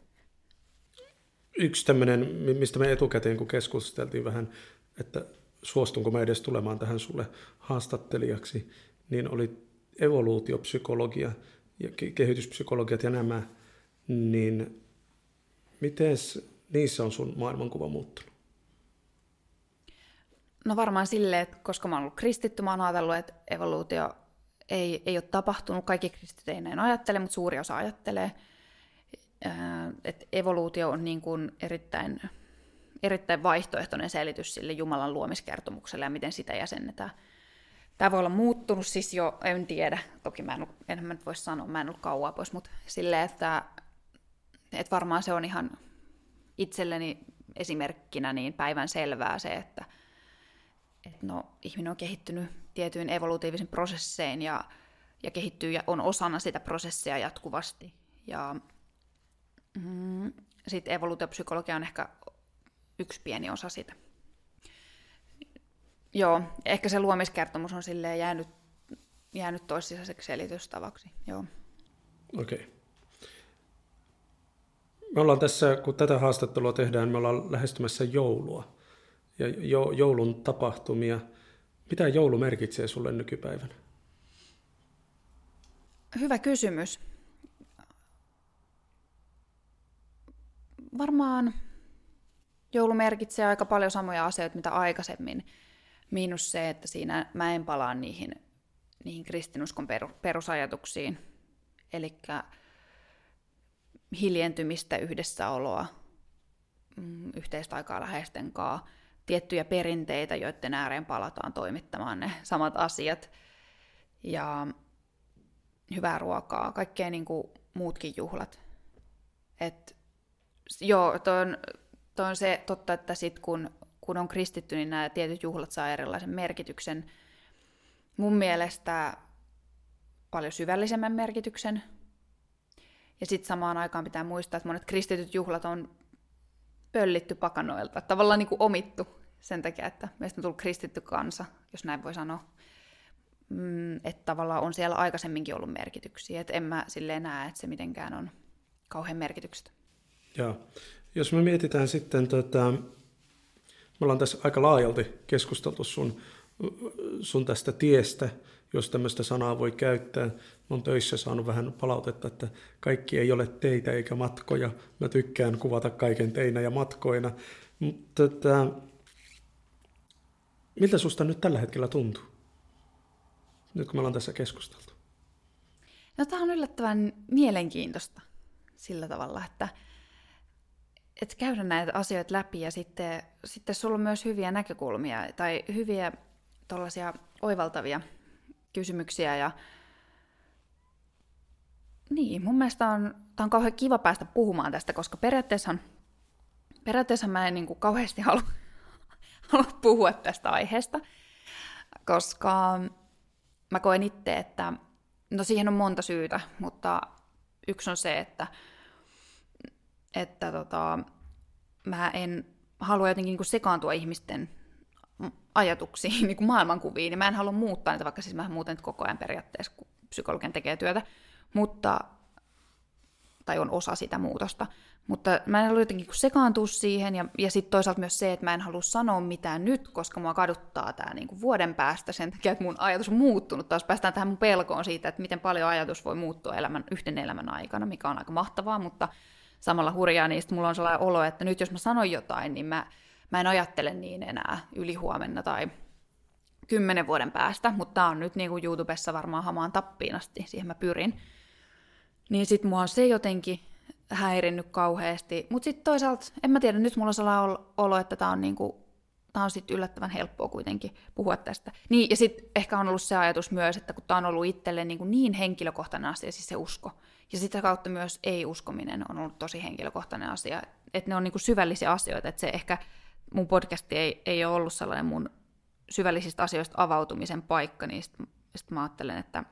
A: yksi tämmöinen, mistä me etukäteen kun keskusteltiin vähän, että suostunko mä edes tulemaan tähän sulle haastattelijaksi, niin oli evoluutiopsykologia ja kehityspsykologiat ja nämä, niin miten niissä on sun maailmankuva muuttunut?
B: No varmaan silleen, että koska mä oon ollut kristitty, mä oon ajatellut, että evoluutio ei ole tapahtunut. Kaikki kristityt ei näin ajattele, mutta suuri osa ajattelee. Että evoluutio on niin kuin erittäin vaihtoehtoinen selitys sille Jumalan luomiskertomukselle ja miten sitä jäsennetään. Tämä voi olla muuttunut siis jo, en tiedä, toki en mä nyt voi sanoa, mä en ollut kauaa pois, mutta silleen, että varmaan se on ihan itselleni esimerkkinä niin päivän selvää se, että ihminen on kehittynyt tietyin evolutiivisen prosessein ja kehittyy ja on osana sitä prosessia jatkuvasti. Ja sitten evoluutiopsykologia on ehkä yksi pieni osa sitä. Joo, ehkä se luomiskertomus on silleen jäänyt toissijaiseksi selitystavaksi. Joo.
A: Okei. Me ollaan tässä, kun tätä haastattelua tehdään, me ollaan lähestymässä joulua ja joulun tapahtumia. Mitä joulu merkitsee sulle nykypäivänä?
B: Hyvä kysymys. Varmaan joulu merkitsee aika paljon samoja asioita, mitä aikaisemmin. Miinus se, että siinä mä en palaa niihin kristinuskon perusajatuksiin. Eli hiljentymistä, yhdessäoloa, yhteistä aikaa läheisten kanssa, tiettyjä perinteitä, joiden ääreen palataan toimittamaan ne samat asiat, ja hyvää ruokaa, kaikkea niin kuin muutkin juhlat. Joo, toi on se totta, että sit kun on kristitty, niin nämä tietyt juhlat saa erilaisen merkityksen. Mun mielestä paljon syvällisemmän merkityksen. Ja sitten samaan aikaan pitää muistaa, että monet kristityt juhlat on pöllitty pakanoilta, tavallaan niin kuin omittu sen takia, että meistä on tullut kristitty kansa, jos näin voi sanoa. Että tavallaan on siellä aikaisemminkin ollut merkityksiä, että en mä silleen näe, että se mitenkään on kauhean merkityksestä.
A: Joo. Jos me mietitään sitten Me ollaan tässä aika laajalti keskusteltu sun tästä tiestä, jos tämmöistä sanaa voi käyttää. Mä oon töissä saanut vähän palautetta, että kaikki ei ole teitä eikä matkoja. Mä tykkään kuvata kaiken teinä ja matkoina. Mutta miltä susta nyt tällä hetkellä tuntuu? Nyt kun me ollaan tässä keskusteltu.
B: No tämä on yllättävän mielenkiintoista sillä tavalla, että käydä näitä asioita läpi ja sitten sulla on myös hyviä näkökulmia tai hyviä tuollaisia oivaltavia kysymyksiä. Ja niin, mun mielestä on kauhean kiva päästä puhumaan tästä, koska periaatteessa mä en niin kuin kauheasti halua puhua tästä aiheesta, koska mä koen itse, että no siihen on monta syytä, mutta yksi on se, että mä en halua jotenkin niin kuin sekaantua ihmisten ajatuksiin, niin kuin maailmankuviin, ja mä en halua muuttaa niitä, vaikka siis mä muuten koko ajan periaatteessa, kun psykologian tekee työtä, tai on osa sitä muutosta, mutta mä en halua jotenkin sekaantua siihen, ja sitten toisaalta myös se, että mä en halua sanoa mitään nyt, koska mua kaduttaa tämä niin kuin vuoden päästä sen takia, että mun ajatus on muuttunut. Taas päästään tähän mun pelkoon siitä, että miten paljon ajatus voi muuttua yhden elämän aikana, mikä on aika mahtavaa, mutta samalla hurjaa niistä mulla on sellainen olo, että nyt jos mä sanon jotain, niin mä en ajattele niin enää ylihuomenna tai 10 vuoden päästä, mutta tää on nyt niin kuin YouTubessa varmaan hamaan tappiin asti, siihen mä pyrin. Niin sit mua on se jotenkin häirinnyt kauheasti, mutta sitten toisaalta, en mä tiedä, nyt mulla on sellainen olo, että tää on sit yllättävän helppoa kuitenkin puhua tästä. Niin, ja sitten ehkä on ollut se ajatus myös, että kun tää on ollut itselle niin henkilökohtainen asia, siis se usko, ja sitä kautta myös ei-uskominen on ollut tosi henkilökohtainen asia, että ne on niin kuin syvällisiä asioita, että se ehkä mun podcasti ei ole ollut sellainen mun syvällisistä asioista avautumisen paikka, niin sit mä ajattelen, että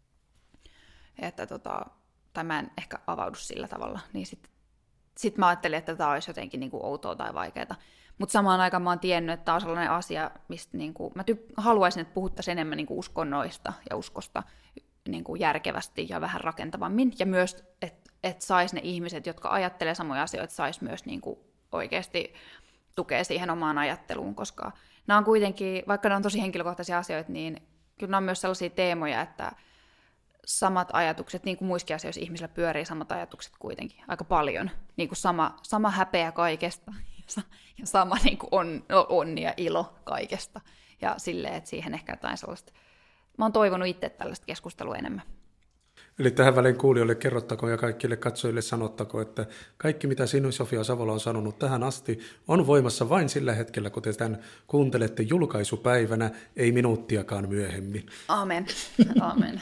B: tai mä en ehkä avaudu sillä tavalla, niin sit mä ajattelin, että tämä olisi jotenkin niin kuin outoa tai vaikeaa. Mutta samaan aikaan mä oon tiennyt, että tämä on sellainen asia, mistä niin kuin, mä haluaisin, että puhuttaisiin enemmän niin kuin uskonnoista ja uskosta niin kuin järkevästi ja vähän rakentavammin. Ja myös, että sais ne ihmiset, jotka ajattelee samoja asioita, sais myös niin kuin oikeasti tukea siihen omaan ajatteluun, koska nämä on kuitenkin, vaikka ne on tosi henkilökohtaisia asioita, niin kyllä nämä on myös sellaisia teemoja, että samat ajatukset, niin kuin muissakin asioissa ihmisillä pyörii samat ajatukset kuitenkin aika paljon. Niin kuin sama häpeä kaikesta ja sama niin kuin onni ja ilo kaikesta. Ja silleen, että siihen ehkä jotain sellaista. Mä oon toivonut itse tällaista keskustelua enemmän.
A: Eli tähän väliin kuulijoille kerrottakoon ja kaikille katsojille sanottakoon, että kaikki mitä sinun Sofia Savola on sanonut tähän asti on voimassa vain sillä hetkellä, kun te tämän kuuntelette julkaisupäivänä, ei minuuttiakaan myöhemmin.
B: Amen. Amen.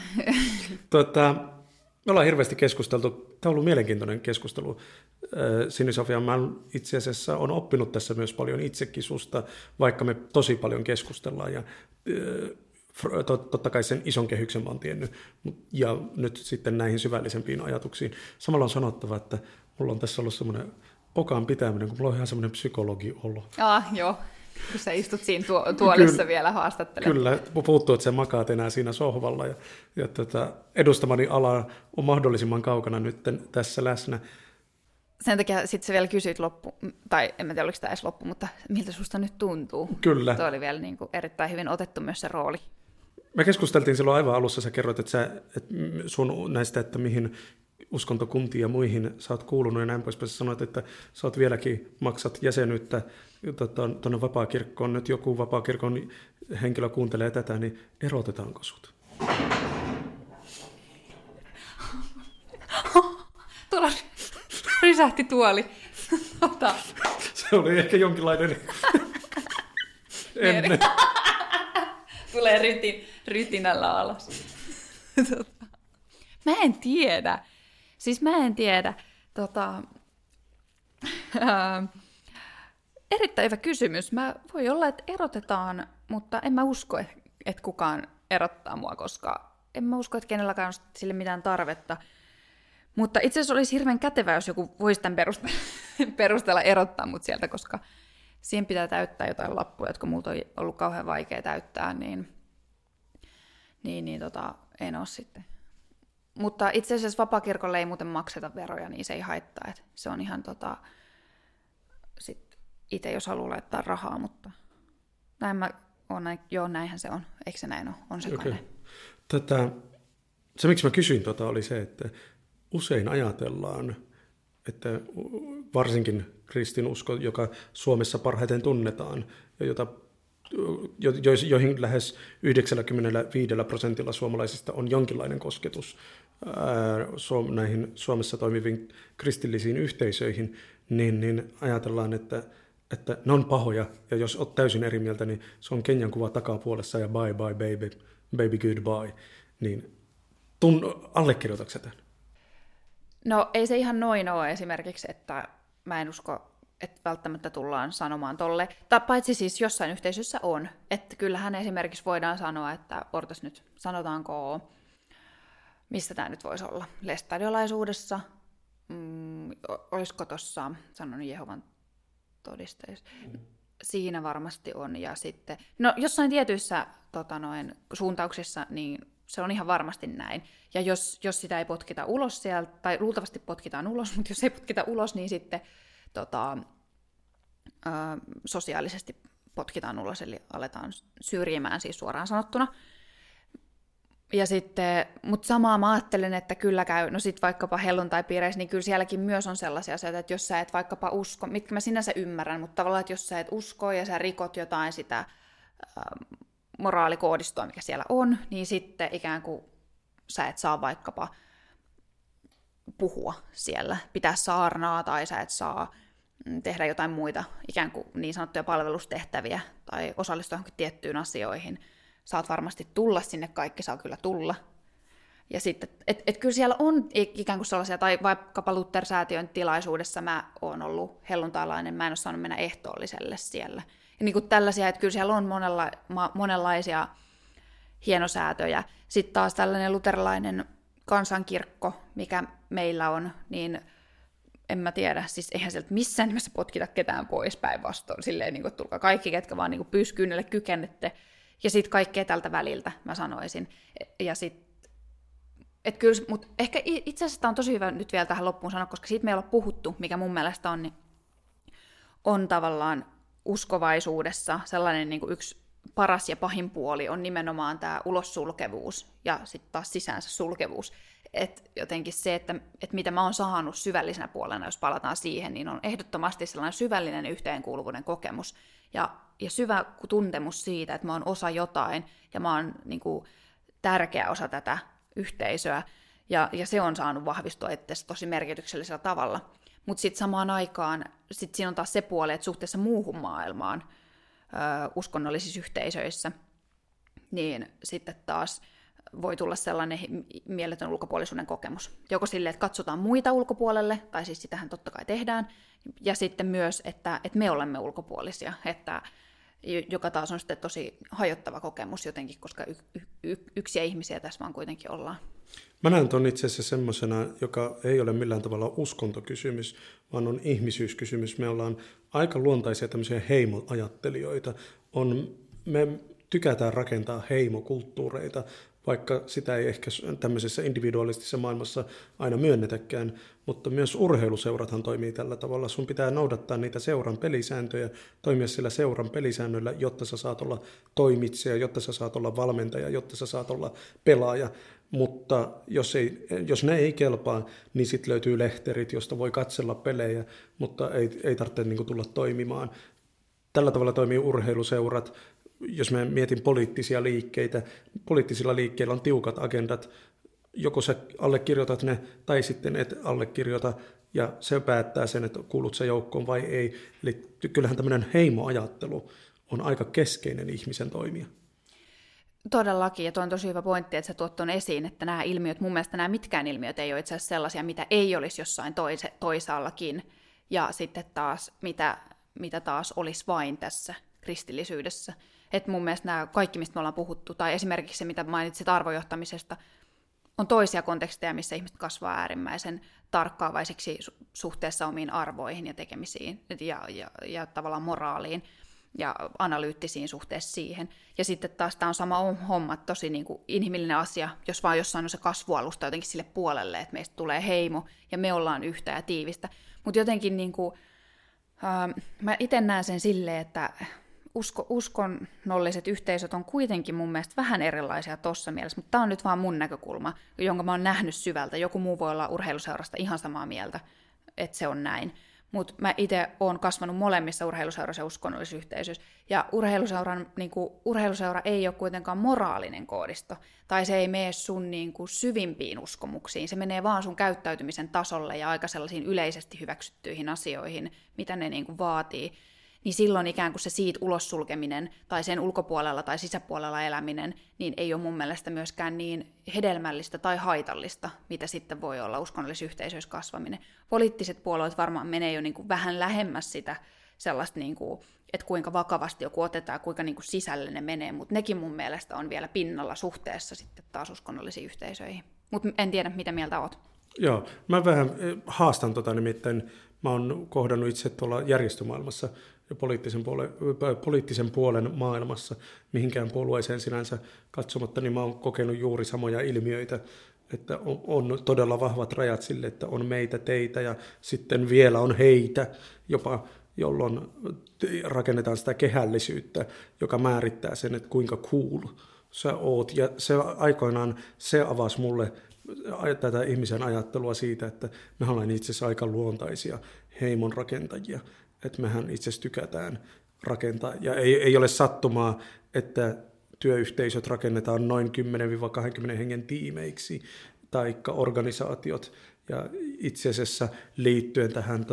A: Me ollaan hirveästi keskusteltu. Tämä on ollut mielenkiintoinen keskustelu. Sinun Sofia, mä itse asiassa olen oppinut tässä myös paljon itsekin susta, vaikka me tosi paljon keskustellaan ja totta kai sen ison kehyksen mä oon tiennyt, ja nyt sitten näihin syvällisempiin ajatuksiin. Samalla on sanottava, että mulla on tässä ollut semmoinen pokaan pitäminen, kun mulla on ihan semmoinen psykologi-olo.
B: Joo, kun sä istut siinä tuolissa vielä haastattelemaan.
A: Kyllä, puuttuu, että sä makaat enää siinä sohvalla, ja edustamani ala on mahdollisimman kaukana nyt tässä läsnä.
B: Sen takia sitten sä vielä kysyit tai en tiedä oliko tämä edes loppu, mutta miltä susta nyt tuntuu?
A: Kyllä.
B: Tuo oli vielä niin kuin erittäin hyvin otettu myös se rooli.
A: Me keskusteltiin silloin aivan alussa, sä kerroit, että sun näistä, että mihin uskontokuntiin ja muihin sä oot kuulunut ja näin poispäin. Sä sanoit, että sä oot vieläkin maksat jäsenyyttä tuonne vapaakirkkoon. Nyt joku vapaakirkon henkilö kuuntelee tätä, niin erotetaanko sut?
B: Tuolla rysähti tuoli.
A: Se oli ehkä jonkinlainen ennen.
B: Tulee rytinällä alas. Mä en tiedä. Erittäin hyvä kysymys. Voi olla, että erotetaan, mutta en mä usko, että kukaan erottaa mua, koska en mä usko, että kenelläkään on sille mitään tarvetta. Mutta itse asiassa olisi hirveän kätevää, jos joku voisi tämän perusteella erottaa mut sieltä, koska siihen pitää täyttää jotain lappuja, jotka multa on ollut kauhean vaikea täyttää, niin en ole sitten. Mutta itse asiassa vapaakirkolle ei muuten makseta veroja, niin se ei haittaa. Että se on ihan itse, jos haluaa laittaa rahaa, mutta näin mä oon, joo, näinhän se on. Eikö se näin ole? On se
A: okay. Se, miksi mä kysyin oli se, että usein ajatellaan, että varsinkin kristinusko, joka Suomessa parhaiten tunnetaan, ja joihin lähes 95% suomalaisista on jonkinlainen kosketus näihin Suomessa toimiviin kristillisiin yhteisöihin, niin ajatellaan, että ne on pahoja, ja jos olet täysin eri mieltä, niin se on Kenjan kuva takapuolessa ja bye bye baby goodbye, niin allekirjoitatko tämän?
B: No ei se ihan noin ole esimerkiksi, että mä en usko, että välttämättä tullaan sanomaan tolle. Tai paitsi siis jossain yhteisössä on. Että kyllähän esimerkiksi voidaan sanoa, että ortas nyt, sanotaanko, mistä tämä nyt voisi olla? Lestadiolaisuudessa, olisiko tuossa sanonut Jehovan todisteissa? Siinä varmasti on. Ja sitten, no jossain tietyissä suuntauksissa, niin se on ihan varmasti näin. Ja jos sitä ei potkita ulos sieltä, tai luultavasti potkitaan ulos, mutta jos ei potkita ulos, niin sitten sosiaalisesti potkitaan ulos, eli aletaan syrjimään siis suoraan sanottuna. Ja sitten, mutta samaa mä ajattelen, että kyllä käy, no sit vaikkapa helluntaipiireissä, niin kyllä sielläkin myös on sellaisia asioita, että jos sä et vaikkapa usko, mitkä mä sinänsä ymmärrän, mutta tavallaan, että jos sä et usko ja sä rikot jotain sitä moraalikoodistoa, mikä siellä on, niin sitten ikään kuin sä et saa vaikkapa puhua siellä, pitää saarnaa tai sä et saa tehdä jotain muita ikään kuin niin sanottuja palvelustehtäviä tai osallistua johonkin tiettyyn asioihin. Saat varmasti tulla sinne, kaikki saa kyllä tulla. Ja sitten, et kyllä siellä on ikään kuin sellaisia, tai vaikkapa Luther-säätiön tilaisuudessa mä oon ollut helluntailainen, mä en ole saanut mennä ehtoolliselle siellä. Ja niin kuin tällaisia, että kyllä siellä on monenlaisia hienosäätöjä. Sitten taas tällainen luterilainen kansankirkko, mikä meillä on, niin en mä tiedä, siis eihän sieltä missään nimessä potkita ketään pois päinvastoin, silleen niin kuin tulkaa kaikki, ketkä vaan niin pyyskyynelle kykennette, ja sitten kaikkea tältä väliltä, mä sanoisin. Ja sitten, että kyllä, mutta ehkä itse asiassa on tosi hyvä nyt vielä tähän loppuun sanoa, koska siitä me ei olla puhuttu, mikä mun mielestä on, niin on tavallaan uskovaisuudessa sellainen niin kuin yksi paras ja pahin puoli on nimenomaan tämä ulossulkevuus ja sitten taas sisäänsä sulkevuus. Et jotenkin se, että mitä mä oon saanut syvällisenä puolena, jos palataan siihen, niin on ehdottomasti sellainen syvällinen yhteenkuuluvuuden kokemus ja syvä tuntemus siitä, että mä oon osa jotain ja mä oon niin kuin tärkeä osa tätä yhteisöä ja se on saanut vahvistua itse tosi merkityksellisellä tavalla. Mutta sitten samaan aikaan sit siinä on taas se puoli, että suhteessa muuhun maailmaan uskonnollisissa yhteisöissä, niin sitten taas voi tulla sellainen mieletön ulkopuolisuuden kokemus. Joko silleen, että katsotaan muita ulkopuolelle, tai siis sitähän totta kai tehdään, ja sitten myös, että me olemme ulkopuolisia, joka taas on sitten tosi hajottava kokemus jotenkin, koska yksiä ihmisiä tässä vaan kuitenkin ollaan.
A: Mä näen ton itse asiassa semmoisena, joka ei ole millään tavalla uskontokysymys, vaan on ihmisyyskysymys. Me ollaan aika luontaisia tämmöisiä heimoajattelijoita. Me tykätään rakentaa heimokulttuureita, vaikka sitä ei ehkä tämmöisessä individualistisessa maailmassa aina myönnetäkään, mutta myös urheiluseurathan toimii tällä tavalla. Sun pitää noudattaa niitä seuran pelisääntöjä, toimia sillä seuran pelisäännöillä, jotta sä saat olla toimitsija, jotta sä saat olla valmentaja, jotta sä saat olla pelaaja. Mutta jos ne ei kelpaa, niin sitten löytyy lehterit, josta voi katsella pelejä, mutta ei tarvitse niin kuin tulla toimimaan. Tällä tavalla toimii urheiluseurat. Jos mä mietin poliittisia liikkeitä, poliittisilla liikkeillä on tiukat agendat. Joko sä allekirjoitat ne tai sitten et allekirjoita, ja se päättää sen, että kuulut sä joukkoon vai ei. Eli kyllähän tämmöinen heimoajattelu on aika keskeinen ihmisen toimija.
B: Todellakin, ja tuo on tosi hyvä pointti, että sä tuot tuon esiin, että nämä ilmiöt, mun mielestä nämä mitkään ilmiöt ei ole itse asiassa sellaisia, mitä ei olisi jossain toisaallakin, ja sitten taas, mitä taas olisi vain tässä kristillisyydessä. Että mun mielestä nämä kaikki, mistä me ollaan puhuttu, tai esimerkiksi se, mitä mainitsit arvojohtamisesta, on toisia konteksteja, missä ihmiset kasvaa äärimmäisen tarkkaavaisiksi suhteessa omiin arvoihin ja tekemisiin ja tavallaan moraaliin ja analyyttisiin suhteessa siihen. Ja sitten taas tämä on sama homma, tosi niin kuin inhimillinen asia, jos vaan jossain on se kasvualusta jotenkin sille puolelle, että meistä tulee heimo ja me ollaan yhtä ja tiivistä. Mutta jotenkin niin kuin, Mä itse näen sen silleen, että uskonnolliset yhteisöt on kuitenkin mun mielestä vähän erilaisia tuossa mielessä, mutta tämä on nyt vaan mun näkökulma, jonka mä oon nähnyt syvältä. Joku muu voi olla urheiluseurasta ihan samaa mieltä, että se on näin. Mutta mä itse oon kasvanut molemmissa urheiluseurassa ja uskonnollisissa yhteisöissä. Ja urheiluseura ei ole kuitenkaan moraalinen koodisto. Tai se ei mene sun syvimpiin uskomuksiin. Se menee vaan sun käyttäytymisen tasolle ja aika sellaisiin yleisesti hyväksyttyihin asioihin, mitä ne vaatii. Niin silloin ikään kuin se siitä ulos sulkeminen tai sen ulkopuolella tai sisäpuolella eläminen niin ei ole mun mielestä myöskään niin hedelmällistä tai haitallista, mitä sitten voi olla uskonnollisissa yhteisöissä kasvaminen. Poliittiset puolueet varmaan menee jo vähän lähemmäs sitä sellaista, että kuinka vakavasti joku otetaan ja kuinka sisälle ne menee, mutta nekin mun mielestä on vielä pinnalla suhteessa sitten taas uskonnollisiin yhteisöihin. Mutta en tiedä, mitä mieltä oot.
A: Joo, mä vähän haastan nimittäin mä oon kohdannut itse tuolla järjestömaailmassa ja poliittisen puolen maailmassa, mihinkään puolueeseen sinänsä katsomatta, niin mä oon kokenut juuri samoja ilmiöitä, että on todella vahvat rajat sille, että on meitä, teitä ja sitten vielä on heitä, jopa jolloin rakennetaan sitä kehällisyyttä, joka määrittää sen, että kuinka cool sä oot. Ja se aikoinaan se avasi mulle tätä ihmisen ajattelua siitä, että me ollaan itse asiassa aika luontaisia heimon rakentajia, että mehän itse asiassa tykätään rakentaa. Ja ei ole sattumaa, että työyhteisöt rakennetaan noin 10-20 hengen tiimeiksi, taikka organisaatiot. Ja itse asiassa liittyen tähän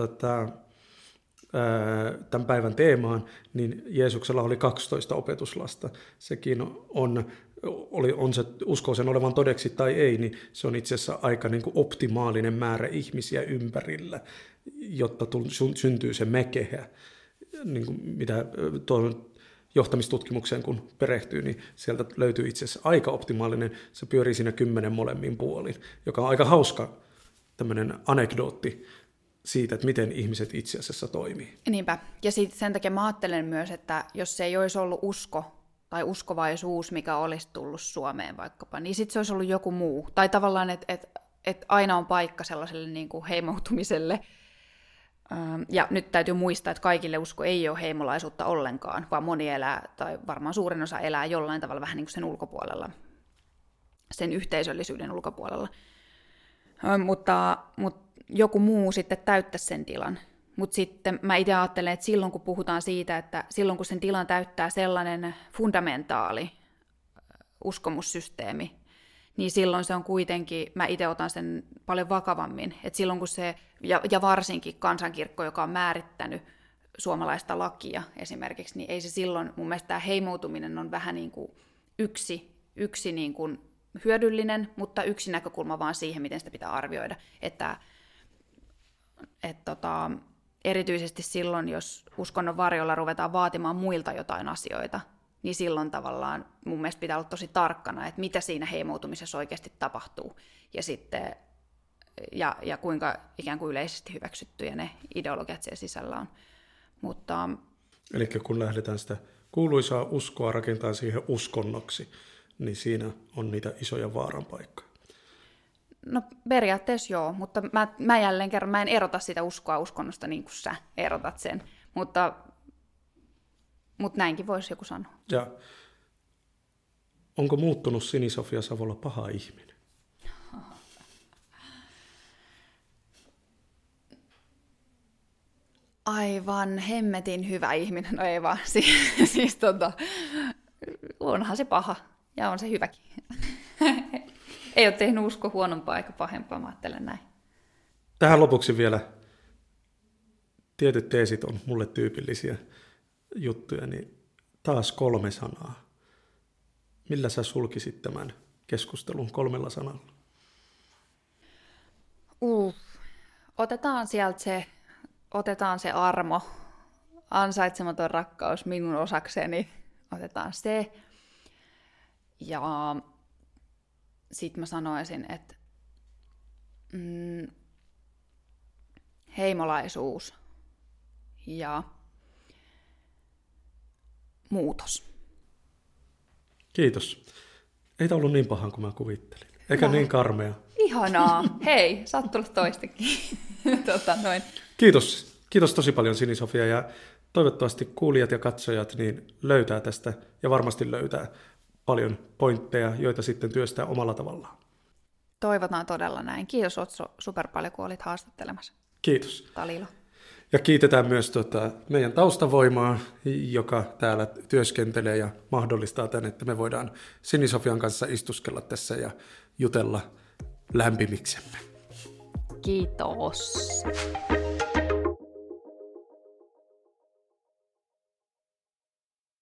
A: tämän päivän teemaan, niin Jeesuksella oli 12 opetuslasta. Sekin on se, uskoo sen olevan todeksi tai ei, niin se on itse asiassa aika optimaalinen määrä ihmisiä ympärillä, jotta syntyy se mekehä, mitä tuon johtamistutkimukseen kun perehtyy, niin sieltä löytyy itse asiassa aika optimaalinen, se pyörii siinä 10 molemmin puolin, joka on aika hauska tämmöinen anekdootti siitä, että miten ihmiset itse asiassa toimii.
B: Niinpä, ja sen takia mä ajattelen myös, että jos se ei olisi ollut usko tai uskovaisuus, mikä olisi tullut Suomeen vaikkapa, niin sitten se olisi ollut joku muu. Tai tavallaan, että aina on paikka sellaiselle heimoutumiselle. Ja nyt täytyy muistaa, että kaikille usko ei ole heimolaisuutta ollenkaan, vaan moni elää, tai varmaan suurin osa elää jollain tavalla vähän sen ulkopuolella, sen yhteisöllisyyden ulkopuolella. Mutta joku muu sitten täyttäisi sen tilan. Mutta sitten mä itse ajattelen, että silloin kun puhutaan siitä, että silloin kun sen tilan täyttää sellainen fundamentaali uskomussysteemi, niin silloin se on kuitenkin, mä itse otan sen paljon vakavammin. Että silloin kun se, ja varsinkin kansankirkko, joka on määrittänyt suomalaista lakia esimerkiksi, niin ei se silloin, mun mielestä tämä heimoutuminen on vähän yksi hyödyllinen, mutta yksi näkökulma vaan siihen, miten sitä pitää arvioida. Että erityisesti silloin, jos uskonnon varjolla ruvetaan vaatimaan muilta jotain asioita, niin silloin tavallaan mun mielestä pitää olla tosi tarkkana, että mitä siinä heimoutumisessa oikeasti tapahtuu ja sitten ja kuinka ikään kuin yleisesti hyväksyttyjä ne ideologiat siellä sisällä on. Mutta
A: eli kun lähdetään sitä kuuluisaa uskoa rakentaa siihen uskonnoksi, niin siinä on niitä isoja vaaran paikkoja.
B: No periaatteessa joo, mutta mä jälleen kerran, mä en erota sitä uskoa uskonnosta niin kuin sä erotat sen, mutta näinkin voisi joku sanoa.
A: Ja onko muuttunut Sini-Sofia Savola paha ihminen?
B: Aivan hemmetin hyvä ihminen, no ei vaan, siis onhan se paha ja on se hyväkin. Ei ole tehnyt usko huonompaa eikä pahempaa, mä ajattelen näin.
A: Tähän lopuksi vielä tietyt teesit on mulle tyypillisiä juttuja, niin taas 3 sanaa. Millä sä sulkisit tämän keskustelun 3 sanalla?
B: Otetaan se armo, ansaitsematon rakkaus minun osakseni, otetaan se. Ja sitten mä sanoisin, että heimolaisuus ja muutos.
A: Kiitos. Ei tämä ollut niin pahan kuin mä kuvittelin. Eikä niin karmea.
B: Ihanaa. Hei, sä oot tullut toistakin.
A: Kiitos Kiitos tosi paljon Sini-Sofia ja toivottavasti kuulijat ja katsojat niin löytää tästä ja varmasti löytää paljon pointteja, joita sitten työstää omalla tavallaan.
B: Toivotaan todella näin. Kiitos Otso super paljon, kun olit haastattelemassa.
A: Kiitos.
B: Talilo.
A: Ja kiitetään myös meidän taustavoimaa, joka täällä työskentelee ja mahdollistaa tämän, että me voidaan Sini-Sofian kanssa istuskella tässä ja jutella lämpimiksemme.
B: Kiitos.